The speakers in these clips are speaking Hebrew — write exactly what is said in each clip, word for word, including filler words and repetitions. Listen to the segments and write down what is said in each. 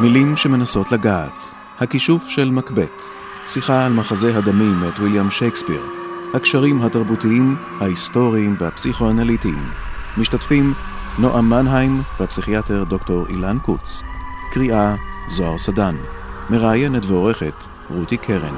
מילים שמנסות לגעת. הכישוף של מקבט. שיחה על מחזה הדמים מאת ויליאם שייקספיר. הקשרים התרבותיים, ההיסטוריים והפסיכואנליטיים. משתתפים נועם מנהיים והפסיכיאטר דוקטור אילן קוץ. קריאה זוהר סדן. מראיינת ועורכת רותי קרן.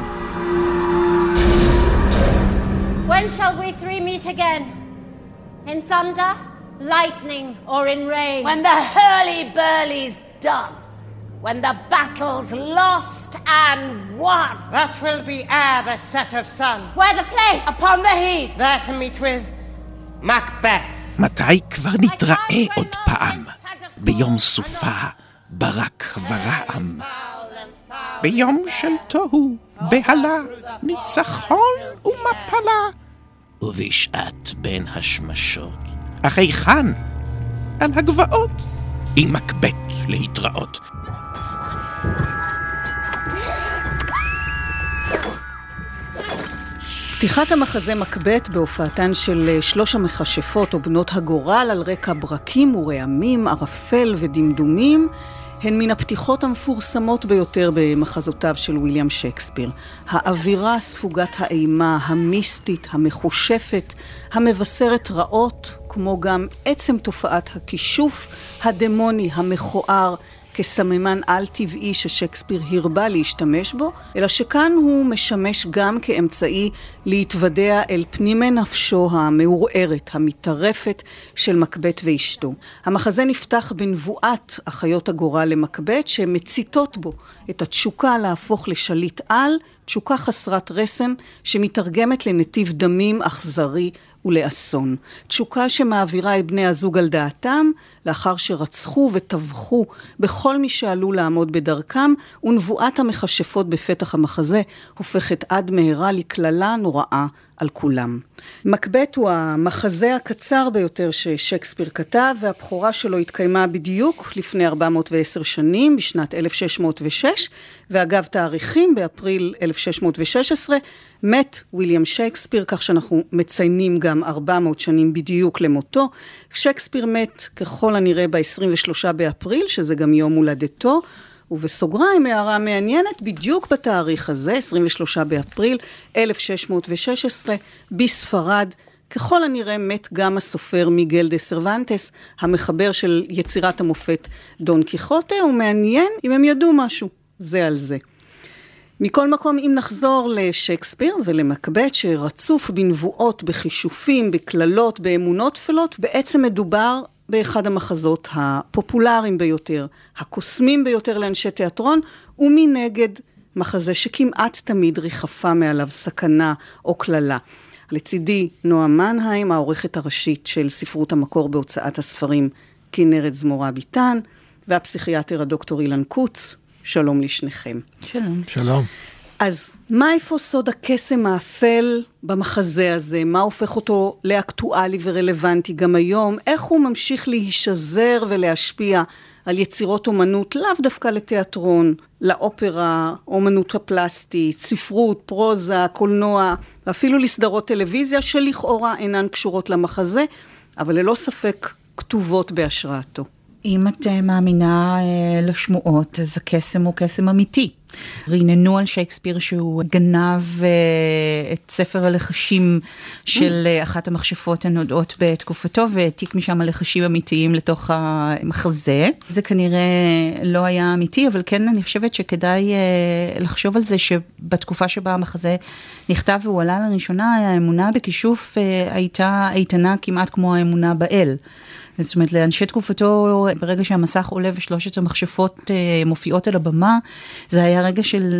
When shall we three meet again? In thunder, lightning, or in rain? When the hurly-burly's done. When the battle's lost and won. That will be ere the set of sun. Where the place? Upon the heath. There to meet with Macbeth. מתי כבר נתראה עוד פעם? ביום סופה, ברק ורעם. ביום של תוהו, בהלה, ניצחון ומפלה. ובשעת בין השמשות. אחי חן, על הגבעות, עם מקבט להתראות. פתיחת המחזה מקבט בהופעתן של שלוש המכשפות או בנות הגורל על רקע ברקים ורעמים, ערפל ודמדומים, הן מן הפתיחות המפורסמות ביותר במחזותיו של ויליאם שייקספיר. האווירה ספוגת האימה, המיסטית, המחושפת, המבשרת רעות, כמו גם עצם תופעת הכישוף הדמוני המכוער, כסממן על טבעי ששייקספיר הרבה להשתמש בו, אלא שכאן הוא משמש גם כאמצעי להתוודע אל פנימי נפשו המעורערת, המתערפת של מקבט ואשתו. המחזה נפתח בנבואת אחיות הגורל למקבט שמציתות בו את התשוקה להפוך לשליט על, תשוקה חסרת רסן שמתרגמת לנתיב דמים אכזרי ולאסון. תשוקה שמעבירה את בני הזוג על דעתם, לאחר שרצחו וטבחו בכל מי שעלו לעמוד בדרכם, ונבואת המכשפות בפתח המחזה הופכת עד מהרה לכללה נוראה על כולם. מקבט הוא המחזה הקצר ביותר ששייקספיר כתב, והבכורה שלו התקיימה בדיוק לפני ארבע מאות ועשר שנים, בשנת אלף שש מאות ושש, ואגב תאריכים, באפריל אלף שש מאות ושש עשרה, מת ויליאם שייקספיר, כך שאנחנו מציינים גם ארבע מאות שנים בדיוק למותו. שייקספיר מת ככל הנראה ב-עשרים ושלושה באפריל, שזה גם יום הולדתו, ובסוגריים הערה מעניינת, בדיוק בתאריך הזה, עשרים ושלושה באפריל אלף שש מאות ושש עשרה, בספרד, ככל הנראה מת גם הסופר מיגל דה סרוונטס, המחבר של יצירת המופת דון קיחוטה, ומעניין אם הם ידעו משהו זה על זה. מכל מקום, אם נחזור לשייקספיר ולמקבט שרצוף בנבואות, בחישופים, בכללות, באמונות תפלות, בעצם מדובר באחד המחזות הפופולריים ביותר, הקוסמים ביותר לאנשי תיאטרון, ומנגד מחזה שכמעט תמיד ריחפה מעליו סכנה או כללה. לצידי נועם מנהיים, העורכת הראשית של ספרות המקור בהוצאת הספרים כנרת זמורה ביטן, והפסיכיאטר הדוקטור אילן קוץ. שלום לשניכם. שלום. שלום. אז מה איפה סוד הקסם האפל במחזה הזה? מה הופך אותו לאקטואלי ורלוונטי גם היום? איך הוא ממשיך להישזר ולהשפיע על יצירות אומנות, לאו דווקא לתיאטרון, לאופרה, אומנות הפלסטית, ספרות, פרוזה, קולנוע, ואפילו לסדרות טלוויזיה שלכאורה אינן קשורות למחזה, אבל ללא ספק כתובות בהשראתו. אם את מאמינה לשמועות, אז הקסם הוא קסם אמיתי. ריננו על שייקספיר שהוא גנב את ספר הלחשים של אחת המכשפות הנודעות בתקופתו, והעתיק משם הלחשים אמיתיים לתוך המחזה. זה כנראה לא היה אמיתי, אבל כן אני חושבת שכדאי לחשוב על זה שבתקופה שבה המחזה נכתב והוא עלה לראשונה, האמונה בכישוף הייתה איתנה כמעט כמו האמונה באל. זאת אומרת, לאנשי תקופתו, ברגע שהמסך עולה ושלושת המכשפות מופיעות על הבמה, זה היה רגע של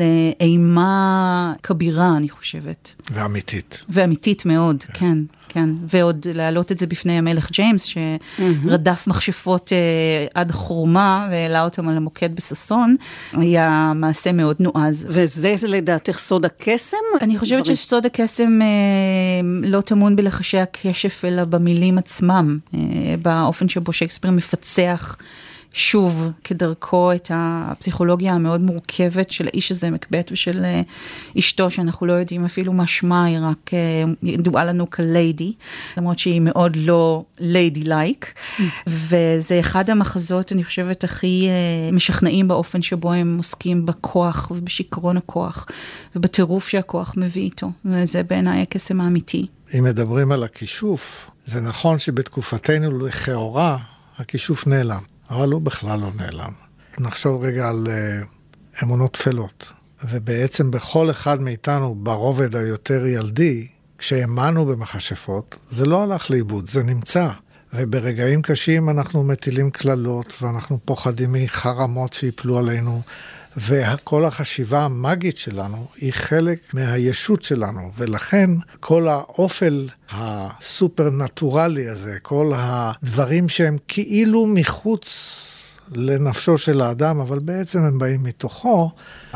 אימה כבירה, אני חושבת. ואמיתית. ואמיתית מאוד, כן, כן. כן. ועוד להעלות את זה בפני המלך ג'יימס, שרדף מכשפות עד חורמה, והעלה אותם על המוקד בססון, היה מעשה מאוד נועז. וזה לדעתך סוד הקסם? אני חושבת שסוד הקסם לא טמון בלחשי הקשף, אלא במילים עצמם, באופן שבו שייקספיר מפצח שוב, כדרכו, את הפסיכולוגיה המאוד מורכבת של האיש הזה, מקבט, ושל אשתו, שאנחנו לא יודעים אפילו מה שמה, היא רק ידועה לנו כליידי, למרות שהיא מאוד לא ליידי-לייק, וזה אחד המחזות, אני חושבת, הכי משכנעים באופן שבו הם עוסקים בכוח, ובשקרון הכוח, ובטירוף שהכוח מביא איתו, וזה בעיניי הקסם האמיתי. אם מדברים על הכישוף, זה נכון שבתקופתנו לכאורה, הכישוף נעלם, אבל הוא בכלל לא נעלם. נחשוב רגע על uh, אמונות תפלות, ובעצם בכל אחד מאיתנו, ברובד היותר ילדי, כשהאמנו במכשפות, זה לא הלך לאיבוד, זה נמצא. וברגעים קשים אנחנו מטילים כללות, ואנחנו פוחדים מחרמות שיפלו עלינו, וכל החשיבה המאגית שלנו היא חלק מהישות שלנו, ולכן כל האופל הסופרנטורלי הזה, כל הדברים שהם כאילו מחוץ לנפשו של האדם, אבל בעצם הם באים מתוכו,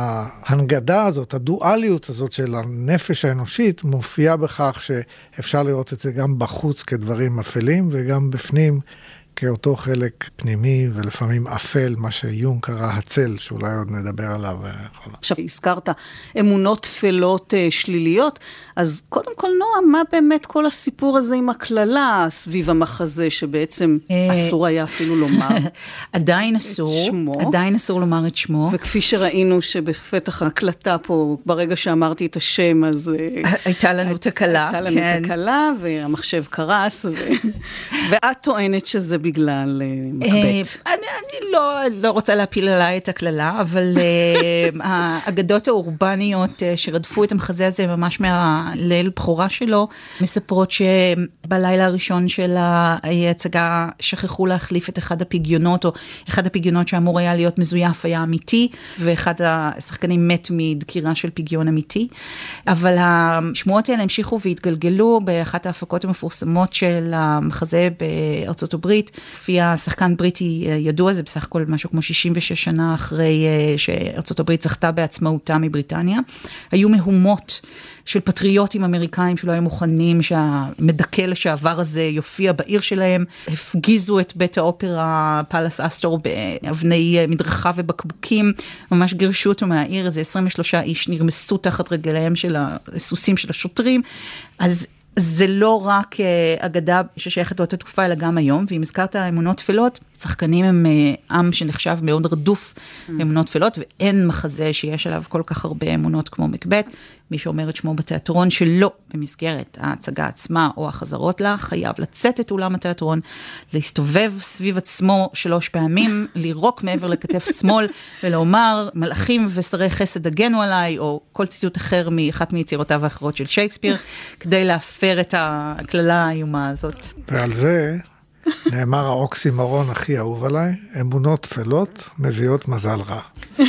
ההנגדה הזאת, הדואליות הזאת של הנפש האנושית, מופיעה בכך שאפשר לראות את זה גם בחוץ כדברים אפלים, וגם בפנים כאותו חלק פנימי ולפעמים אפל, מה שיום קרא הצל, שאולי עוד נדבר עליו. עכשיו, הזכרת אמונות תפלות שליליות, אז קודם כל, נועה, מה באמת כל הסיפור הזה עם הכללה סביב המחזה, שבעצם אסור היה אפילו לומר? עדיין אסור, עדיין אסור לומר את שמו. וכפי שראינו שבפתח ההקלטה פה, ברגע שאמרתי את השם, אז הייתה לנו תקלה. הייתה לנו תקלה, והמחשב קרס, ואת טוענת שזה בגלל מקבט. אני לא רוצה להפיל עליי את הכללה, אבל האגדות האורבניות שרדפו את המחזה הזה ממש מהליל בחורה שלו, מספרות שבלילה הראשון של ההצגה שכחו להחליף את אחד הפגיונות, או אחד הפגיונות שאמור היה להיות מזויף היה אמיתי, ואחד השחקנים מת מדקירה של פגיון אמיתי. אבל השמועות האלה המשיכו והתגלגלו באחת ההפקות המפורסמות של המחזה בארצות הברית, הופיע שחקן בריטי ידוע, זה בסך הכל משהו כמו שישים ושש שנה אחרי שארצות הברית זכתה בעצמאותה מבריטניה. היו מהומות של פטריוטים אמריקאים שלא היו מוכנים שהמדכא לשעבר הזה יופיע בעיר שלהם, הפגיזו את בית האופרה פלאס אסטור באבני מדרכה ובקבוקים, ממש גירשו אותו מהעיר, איזה עשרים ושלושה איש נרמסו תחת רגליהם של הסוסים של השוטרים, אז זה לא רק אגדה ששייכת לאותה תקופה, אלא גם היום, ואם הזכרת אמונות תפלות, שחקנים הם עם שנחשב מאוד רדוף אמונות תפלות, ואין מחזה שיש עליו כל כך הרבה אמונות כמו מקבט, מי שאומר את שמו בתיאטרון שלא במסגרת ההצגה עצמה או החזרות לה, חייב לצאת את אולם התיאטרון, להסתובב סביב עצמו שלוש פעמים, לירוק מעבר לכתף שמאל, ולומר מלאכים ושרי חסד הגנו עליי, או כל ציטוט אחר מאחת מיצירותיו האחרות של שייקספיר, כדי להפר את הכללה האיומה הזאת. ועל זה נאמר האוקסימורון הכי אהוב עליי, אמונות תפלות מביאות מזל רע.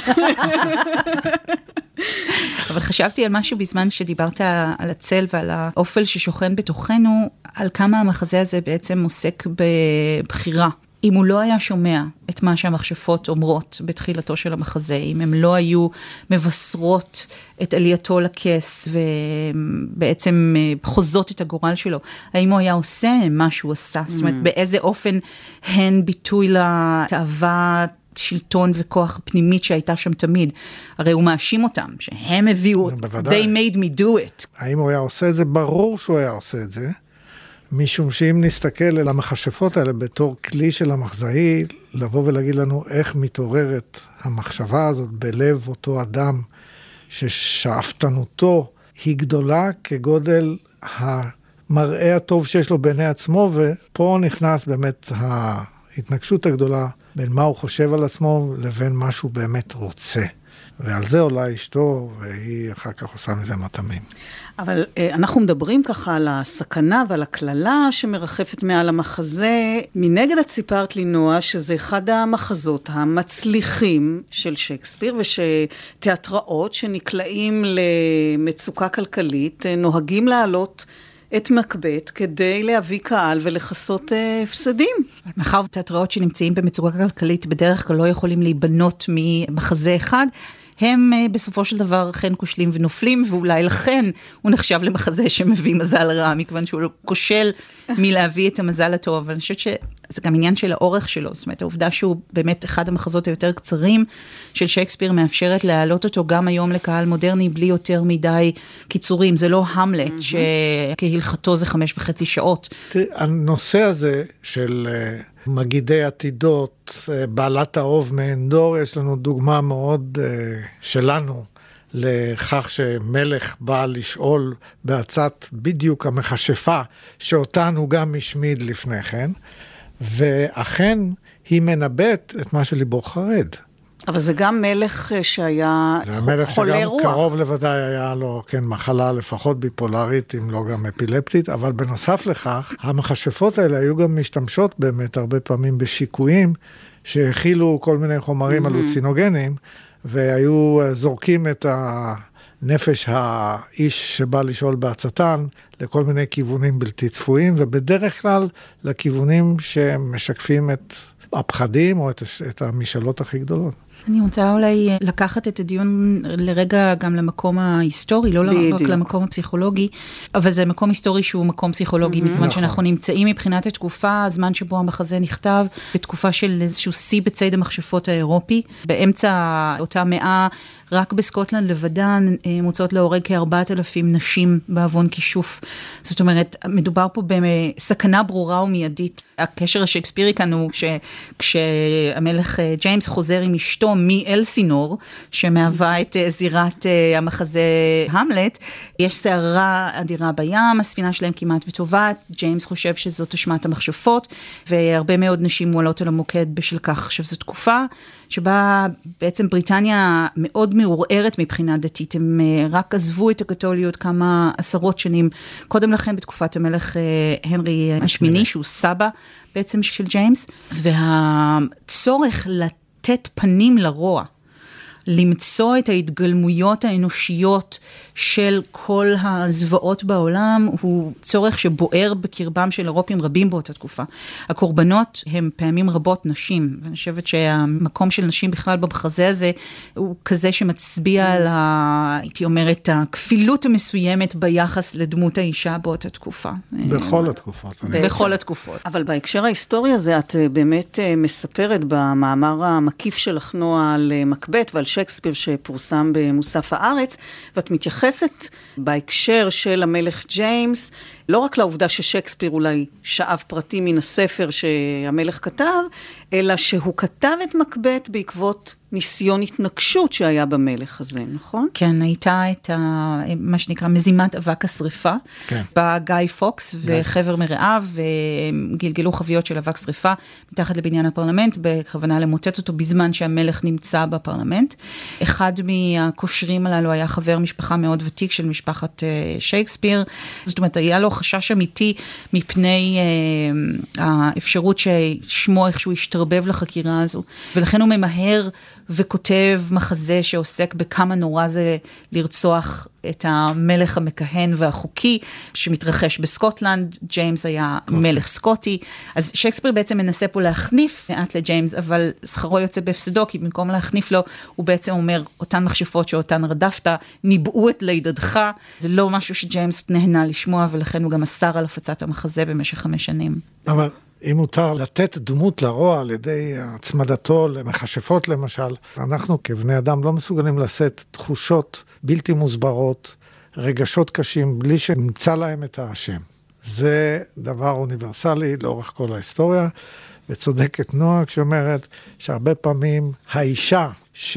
אבל חשבתי על משהו בזמן שדיברת על הצל ועל האופל ששוכן בתוכנו, על כמה המחזה הזה בעצם עוסק בבחירה. אם הוא לא היה שומע את מה שהמכשפות אומרות בתחילתו של המחזה, אם הם לא היו מבשרות את עלייתו לכס ובעצם חוזות את הגורל שלו, האם הוא היה עושה מה שהוא עשה? זאת אומרת, באיזה אופן הן ביטוי לתאווה, שלטון וכוח פנימית שהייתה שם תמיד. הרי הוא מאשים אותם, שהם הביאו, they made me do it. האם הוא היה עושה את זה? ברור שהוא היה עושה את זה, משום שאם נסתכל על המכשפות האלה בתור כלי של המחזאי, לבוא ולהגיד לנו איך מתעוררת המחשבה הזאת בלב אותו אדם, ששאפתנותו היא גדולה כגודל המראה הטוב שיש לו בעיני עצמו, ופה נכנס באמת ההתנגשות הגדולה בין מה הוא חושב על עצמו לבין מה שהוא באמת רוצה. ועל זה עולה אשתו, והיא אחר כך עושה מזה מטעמים. אבל אנחנו מדברים ככה על הסכנה ועל הכללה שמרחפת מעל המחזה. מנגד את סיפרת לי, נועה, שזה אחד המחזות המצליחים של שייקספיר, ושתיאטראות שנקלעים למצוקה כלכלית נוהגים לעלות את מקבט כדי להביא קהל ולחסות הפסדים. מאחר תיאטראות שנמצאים במצוקה כלכלית בדרך כלל לא יכולים להיבנות ממחזה אחד, הם בסופו של דבר אכן כושלים ונופלים, ואולי לכן הוא נחשב למחזה שמביא מזל רע, מכיוון שהוא כושל מלהביא את המזל הטוב, אבל אני חושבת שזה גם עניין של האורך שלו, זאת אומרת, העובדה שהוא באמת אחד המחזות היותר קצרים של שייקספיר מאפשרת להעלות אותו גם היום לקהל מודרני, בלי יותר מדי קיצורים, זה לא המלט, שכהלכתו זה חמש וחצי שעות. תראי, הנושא הזה של מגידי עתידות, בעלת האוב מאנדור, יש לנו דוגמה מאוד שלנו, לכך שמלך בא לשאול בעצת בדיוק המכשפה, שאותן הוא גם משמיד לפני כן, ואכן היא מנבט את מה שליבו חרד. אבל זה גם מלך שהיה מלך חולה שגם רוח. קרוב לוודאי היה לו, כן, מחלה לפחות ביפולרית, אם לא גם אפילפטית, אבל בנוסף לכך, המכשפות האלה היו גם משתמשות באמת הרבה פעמים בשיקויים, שהכילו כל מיני חומרים mm-hmm. הלוצינוגנים, והיו זורקים את הנפש האיש שבא לשאול בעצתן לכל מיני כיוונים בלתי צפויים, ובדרך כלל לכיוונים שמשקפים את הפחדים או את, את המשאלות הכי גדולות. אני רוצה אולי לקחת את הדיון לרגע גם למקום ההיסטורי, לא רק למקום הפסיכולוגי, אבל זה מקום היסטורי שהוא מקום פסיכולוגי, מכיוון שאנחנו נמצאים מבחינת התקופה, הזמן שבו המחזה נכתב, בתקופה של איזשהו שיא בציד המכשפות האירופי, באמצע אותה מאה, רק בסקוטלנד לבדן מוצאות להורג כארבעת אלפים נשים בעוון כישוף. זאת אומרת, מדובר פה בסכנה ברורה ומיידית. הקשר השייקספירי כאן הוא שכשהמלך ג'יימס חוזר עם אשתו מאלסינור, שמהווה את זירת המחזה המלט, יש סערה אדירה בים, הספינה שלהם כמעט וטובעת, ג'יימס חושב שזאת אשמת המכשפות, והרבה מאוד נשים מועלות על המוקד בשל כך. עכשיו, זו תקופה שבה בעצם בריטניה מאוד מעורערת מבחינה דתית, הם רק עזבו את הקתוליות כמה עשרות שנים, קודם לכן בתקופת המלך הנרי השמיני, שהוא סבא בעצם של ג'יימס, והצורך לתת פנים לרוע, למצוא את ההתגלמויות האנושיות של כל הזוועות בעולם, הוא צורך שבוער בקרבם של אירופים רבים באותה תקופה. הקורבנות הם פעמים רבות נשים, ואני חושבת שהמקום של נשים בכלל במחזה הזה, הוא כזה שמצביע על, ה, הייתי אומרת, הכפילות המסוימת ביחס לדמות האישה באותה תקופה. בכל התקופות. בכל התקופות. אבל בהקשר ההיסטורי הזה, את באמת מספרת במאמר המקיף שלך נועה על מקבט ועל שייקספיר שפורסם במוסף הארץ, ואת מתייחסת בהקשר של המלך ג'יימס, לא רק לעובדה ששייקספיר אולי שאב פרטים מן הספר שהמלך כתב, אלא שהוא כתב את מקבט בעקבות ניסיון התנגשות שהיה במלך הזה, נכון? כן, הייתה את ה, מה שנקרא מזימת אבק השריפה, כן. בא גיא פוקס וחבר מרעיו, וגלגלו חביות של אבק שריפה מתחת לבניין הפרלמנט, בכוונה למוטט אותו בזמן שהמלך נמצא בפרלמנט. אחד מהקושרים הללו היה חבר משפחה מאוד ותיק של משפחת שייקספיר, זאת אומרת, היה לו חשש אמיתי מפני אה, האפשרות ששמו איכשהו ישתרבב לחקירה הזו, ולכן הוא ממהר וכותב מחזה שעוסק בכמה נורא זה לרצוח את המלך המכהן והחוקי, שמתרחש בסקוטלנד, ג'יימס היה מלך סקוטי, אז שייקספיר בעצם מנסה פה להחניף מעט לג'יימס, אבל שכרו יוצא בהפסדו, כי במקום להחניף לו, הוא בעצם אומר, אותן מכשפות שאותן רדפת, ניבאו את לידתך, זה לא משהו שג'יימס נהנה לשמוע, ולכן הוא גם אסר על הפצת המחזה במשך חמש שנים. אבל אם מותר לתת דמות לרוע על ידי הצמדתו למכשפות למשל, אנחנו כבני אדם לא מסוגלים לשאת תחושות בלתי מוסברות, רגשות קשים, בלי שנמצא להם את האשם. זה דבר אוניברסלי לאורך כל ההיסטוריה, וצודקת נועה כשאומרת שהרבה פעמים האישה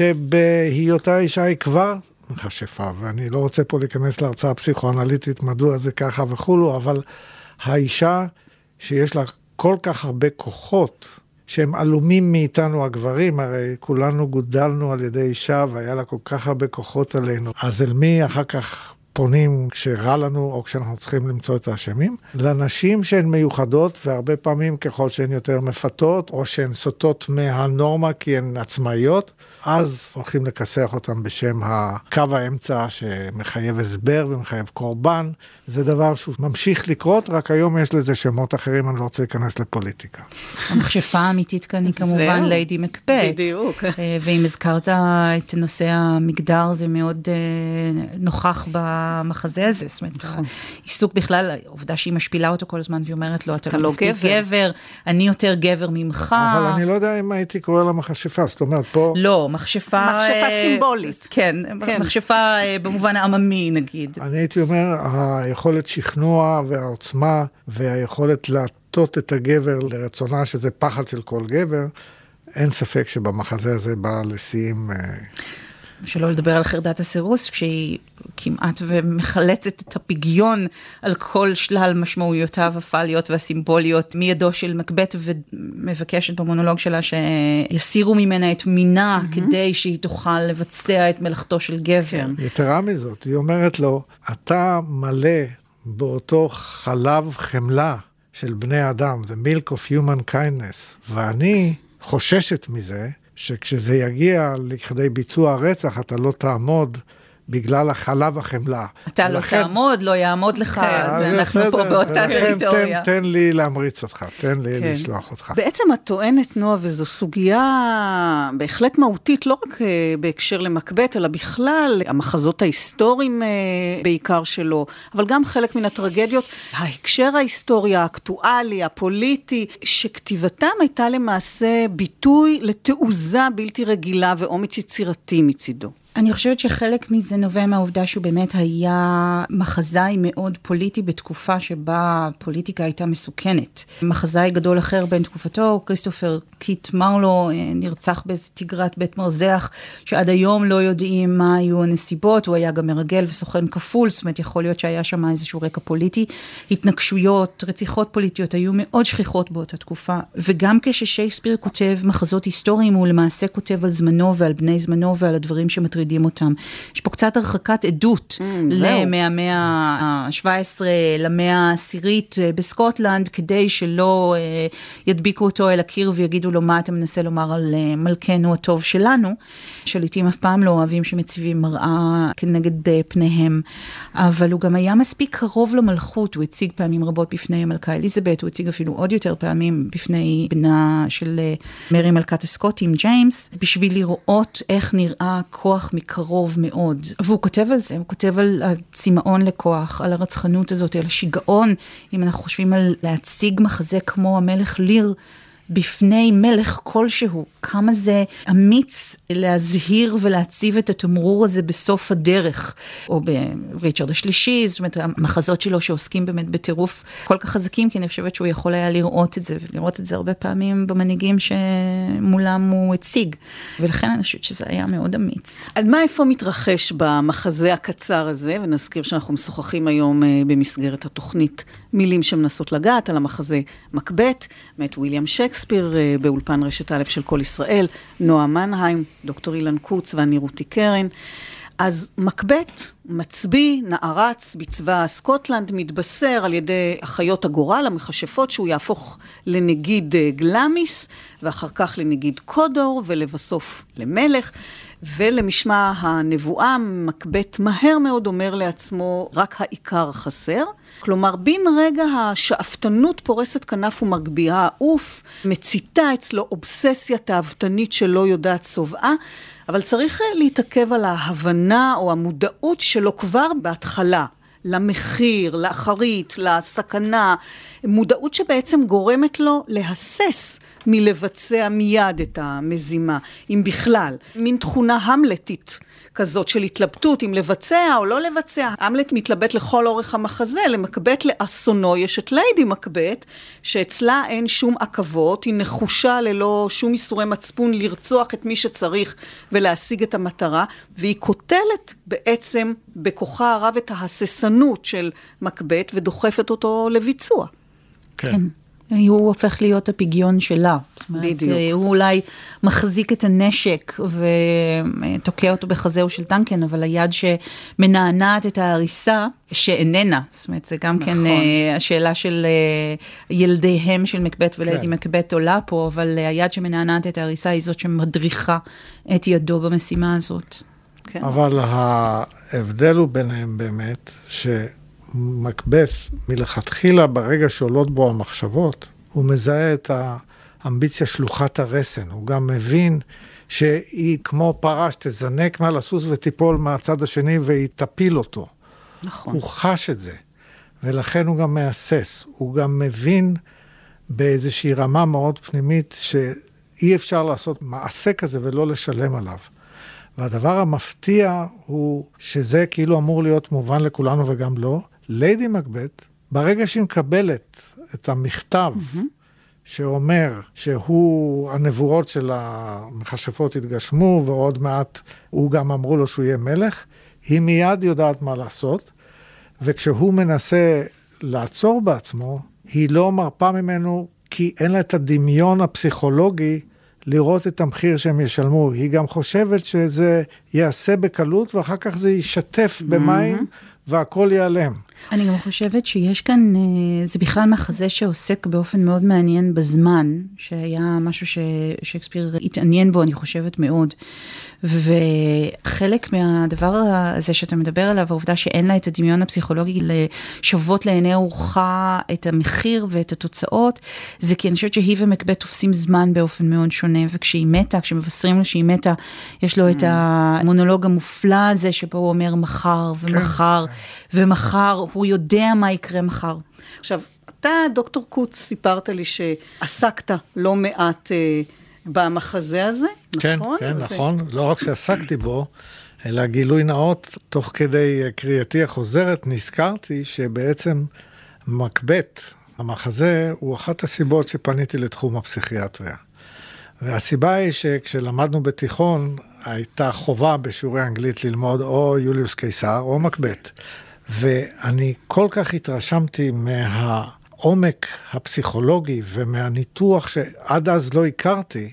שבהיותה אישה היא כבר מכשפה, ואני לא רוצה פה להיכנס להרצאה פסיכואנליטית מדוע זה ככה וכולו, אבל האישה שיש לה כל כך הרבה כוחות שהם עלומים מאיתנו הגברים, הרי כולנו גודלנו על ידי אישה והיה לה כל כך הרבה כוחות עלינו. אז אל מי אחר כך פונים כשרע לנו או כשאנחנו צריכים למצוא את האשמים. לנשים שהן מיוחדות, והרבה פעמים ככל שהן יותר מפתות, או שהן סוטות מהנורמה כי הן עצמאיות, אז הולכים לכסח אותם בשם הקו האמצע שמחייב הסבר ומחייב קורבן. זה דבר שהוא ממשיך לקרות, רק היום יש לזה שמות אחרים, אני לא רוצה להיכנס לפוליטיקה. המכשפה האמיתית כאן היא כמובן ליידי מקבט. בדיוק. ואם הזכרת את נושא המגדר, זה מאוד נוכח במחזה הזה. זאת אומרת, העיסוק בכלל, העובדה שהיא משפילה אותו כל הזמן, והיא אומרת לו, אתה לא מספיק גבר, אני יותר גבר ממך. אבל אני לא יודע אם הייתי קורא לה מכשפה, זאת אומרת, פה... לא, מכשפה... מכשפה סימבולית. כן, מכשפה במובן העממי, נגיד. אני הייתי אומר, היכולת שכנוע והעוצמה, והיכולת להטות את הגבר לרצונה, שזה פחד של כל גבר, אין ספק שבמחזה הזה בא לשיאים... שלא לדבר על חרדת הסירוס, כשהיא כמעט ומחלצת את הפגיון על כל שלל משמעויותיו הפליות והסימבוליות מידו של מקבט, ומבקשת במונולוג שלה שיסירו ממנה את מינה, mm-hmm. כדי שהיא תוכל לבצע את מלאכתו של גבר. יתרה מזאת, היא אומרת לו, אתה מלא באותו חלב חמלה של בני אדם, the milk of human kindness, ואני חוששת מזה, שכשזה יגיע לכדי ביצוע הרצח, אתה לא תעמוד בגלל החלב החמלה. אתה לא תעמוד, לא יעמוד לך, אז אנחנו פה באותה טריטוריה. תן לי להמריץ אותך, תן לי לשלוח אותך. בעצם את טוענת, נועה, וזו סוגיה בהחלט מהותית, לא רק בהקשר למקבט, אלא בכלל, המחזות ההיסטוריים בעיקר שלו, אבל גם חלק מן הטרגדיות, ההקשר ההיסטורי, האקטואלי, הפוליטי, שכתיבתם הייתה למעשה ביטוי לתעוזה בלתי רגילה ואומץ יצירתי מצידו. אני חושבת שחלק מזה נובע מהעובדה שהוא באמת היה מחזאי מאוד פוליטי בתקופה שבה הפוליטיקה הייתה מסוכנת. מחזאי גדול אחר בין תקופתו, כריסטופר קיט מרלו, נרצח באיזה תגרת בית מרזח, שעד היום לא יודעים מה היו הנסיבות, הוא היה גם מרגל וסוכן כפול, זאת אומרת יכול להיות שהיה שם איזשהו רקע פוליטי, התנגשויות, רציחות פוליטיות היו מאוד שכיחות באותה תקופה, וגם כששייקספיר כותב מחזות היסטוריים, הוא למעשה כותב על זמנו ועל בני זמנו ועל הדברים שמטרידים אותם. יש פה קצת הרחקת עדות למאה ה-שבע עשרה, למאה העשירית בסקוטלנד, כדי שלא ידביקו אותו אל הקיר ויגידו לו מה אתה מנסה לומר על מלכנו הטוב שלנו. שליטים אף פעם לא אוהבים שמציבים מראה כנגד פניהם, אבל הוא גם היה מספיק קרוב למלכות, הוא הציג פעמים רבות בפני המלכה אליזבת, הוא הציג אפילו עוד יותר פעמים בפני בנה של מרי מלכת הסקוטים, ג'יימס, בשביל לראות איך נראה כוח מקרוב מאוד. והוא כותב על זה, הוא כותב על הצימאון לכוח, על הרצחנות הזאת, על השיגעון, אם אנחנו חושבים על להציג מחזה כמו המלך ליר, בפני מלך כלשהו, כמה זה אמיץ להזהיר ולהציב את התמרור הזה בסוף הדרך, או בריצ'רד השלישי, זאת אומרת, המחזות שלו שעוסקים באמת בטירוף כל כך חזקים, כי אני חושבת שהוא יכול היה לראות את זה, ולראות את זה הרבה פעמים במנהיגים שמולם הוא הציג, ולכן אני חושבת שזה היה מאוד אמיץ. על מה איפה מתרחש במחזה הקצר הזה, ונזכיר שאנחנו משוחחים היום במסגרת התוכנית מילים שמנסות לגעת על המחזה מקבט, מאת וויליאם שייקספיר באולפן רשת א' של כל ישראל, נועה מנהיים, דוקטור אילן קוץ ואני רותי קרן. אז מקבט, מצביא, נערץ בצבא סקוטלנד, מתבשר על ידי אחיות הגורל, המכשפות, שהוא יהפוך לנגיד גלמיס, ואחר כך לנגיד קודור, ולבסוף למלך, ולמשמע הנבואה, מקבט מהר מאוד אומר לעצמו, רק העיקר חסר. כלומר, בין רגע השאפתנות פורסת כנף ומגביהה העוף, מציתה אצלו אובססיה תאוותנית שלא יודעת צובעה, אבל צריך להתעכב על ההבנה או המודעות שלו כבר בהתחלה, למחיר, לאחרית, לסכנה, מודעות שבעצם גורמת לו להסס מלבצע מיד את המזימה, אם בכלל, מין תכונה המלטית כזאת של התלבטות, אם לבצע או לא לבצע. המלט מתלבט לכל אורך המחזה, למקבט לאסונו, יש את ליידי מקבט, שאצלה אין שום עכבות, היא נחושה ללא שום איסורי מצפון לרצוח את מי שצריך ולהשיג את המטרה, והיא כותלת בעצם בכוחה הרב את ההססנות של מקבט ודוחפת אותו לביצוע. כן. הוא הופך להיות הפגיון שלה. בדיוק. הוא אולי מחזיק את הנשק ותוקע אותו בחזהו של טנקן, אבל היד שמנענעת את ההריסה, שאיננה. זאת אומרת, זה גם נכון. כן השאלה של ילדיהם של מקבט וליידי כן. מקבט עולה פה, אבל היד שמנענעת את ההריסה היא זאת שמדריכה את ידו במשימה הזאת. כן. אבל ההבדל הוא ביניהם באמת, שמקבט מלכתחילה ברגע שעולות בו המחשבות, הוא מזהה את האמביציה שלוחת הרסן, הוא גם מבין שהיא כמו פרה שתזנק מעל הסוס ותיפול מהצד השני והיא תפיל אותו. נכון. הוא חש את זה, ולכן הוא גם מאסס, הוא גם מבין באיזושהי רמה מאוד פנימית שאי אפשר לעשות מעשה כזה ולא לשלם עליו. והדבר המפתיע הוא שזה כאילו אמור להיות מובן לכולנו וגם לא. ליידי מקבט, ברגע שהיא מקבלת את המכתב mm-hmm. שאומר שהוא, הנבואות של המכשפות התגשמו, ועוד מעט הוא גם אמרו לו שהוא יהיה מלך, היא מיד יודעת מה לעשות, וכשהוא מנסה לעצור בעצמו, היא לא מרפה ממנו, כי אין לה את הדמיון הפסיכולוגי לראות את המחיר שהם ישלמו. היא גם חושבת שזה יעשה בקלות, ואחר כך זה ישתף במים, והכל ייעלם. אני גם חושבת שיש כאן, זה בכלל מחזה שעוסק באופן מאוד מעניין בזמן, שהיה משהו ששייקספיר התעניין בו, אני חושבת מאוד. וחלק מהדבר הזה שאתה מדבר עליו, העובדה שאין לה את הדמיון הפסיכולוגי לשוות לעיני ארוחה את המחיר ואת התוצאות, זה כי אני חושבת שהיא ומקבט תופסים זמן באופן מאוד שונה, וכשהיא מתה, כשמבשרים לו שהיא מתה, יש לו את המונולוג המופלא הזה, שבו הוא אומר מחר ומחר ומחר, הוא יודע מה יקרה מחר. עכשיו, אתה, דוקטור קוץ, סיפרת לי שעסקת לא מעט אה, במחזה הזה, כן, נכון? כן, ו... נכון. לא רק שעסקתי בו, אלא גילוי נאות, תוך כדי קריאתי החוזרת, נזכרתי שבעצם מקבט, המחזה, הוא אחת הסיבות שפניתי לתחום הפסיכיאטריה. והסיבה היא שכשלמדנו בתיכון, הייתה חובה בשיעורי אנגלית ללמוד או יוליוס קיסר או מקבט. ואני כל כך התרשמתי מהעומק הפסיכולוגי ומהניתוח שעד אז לא הכרתי,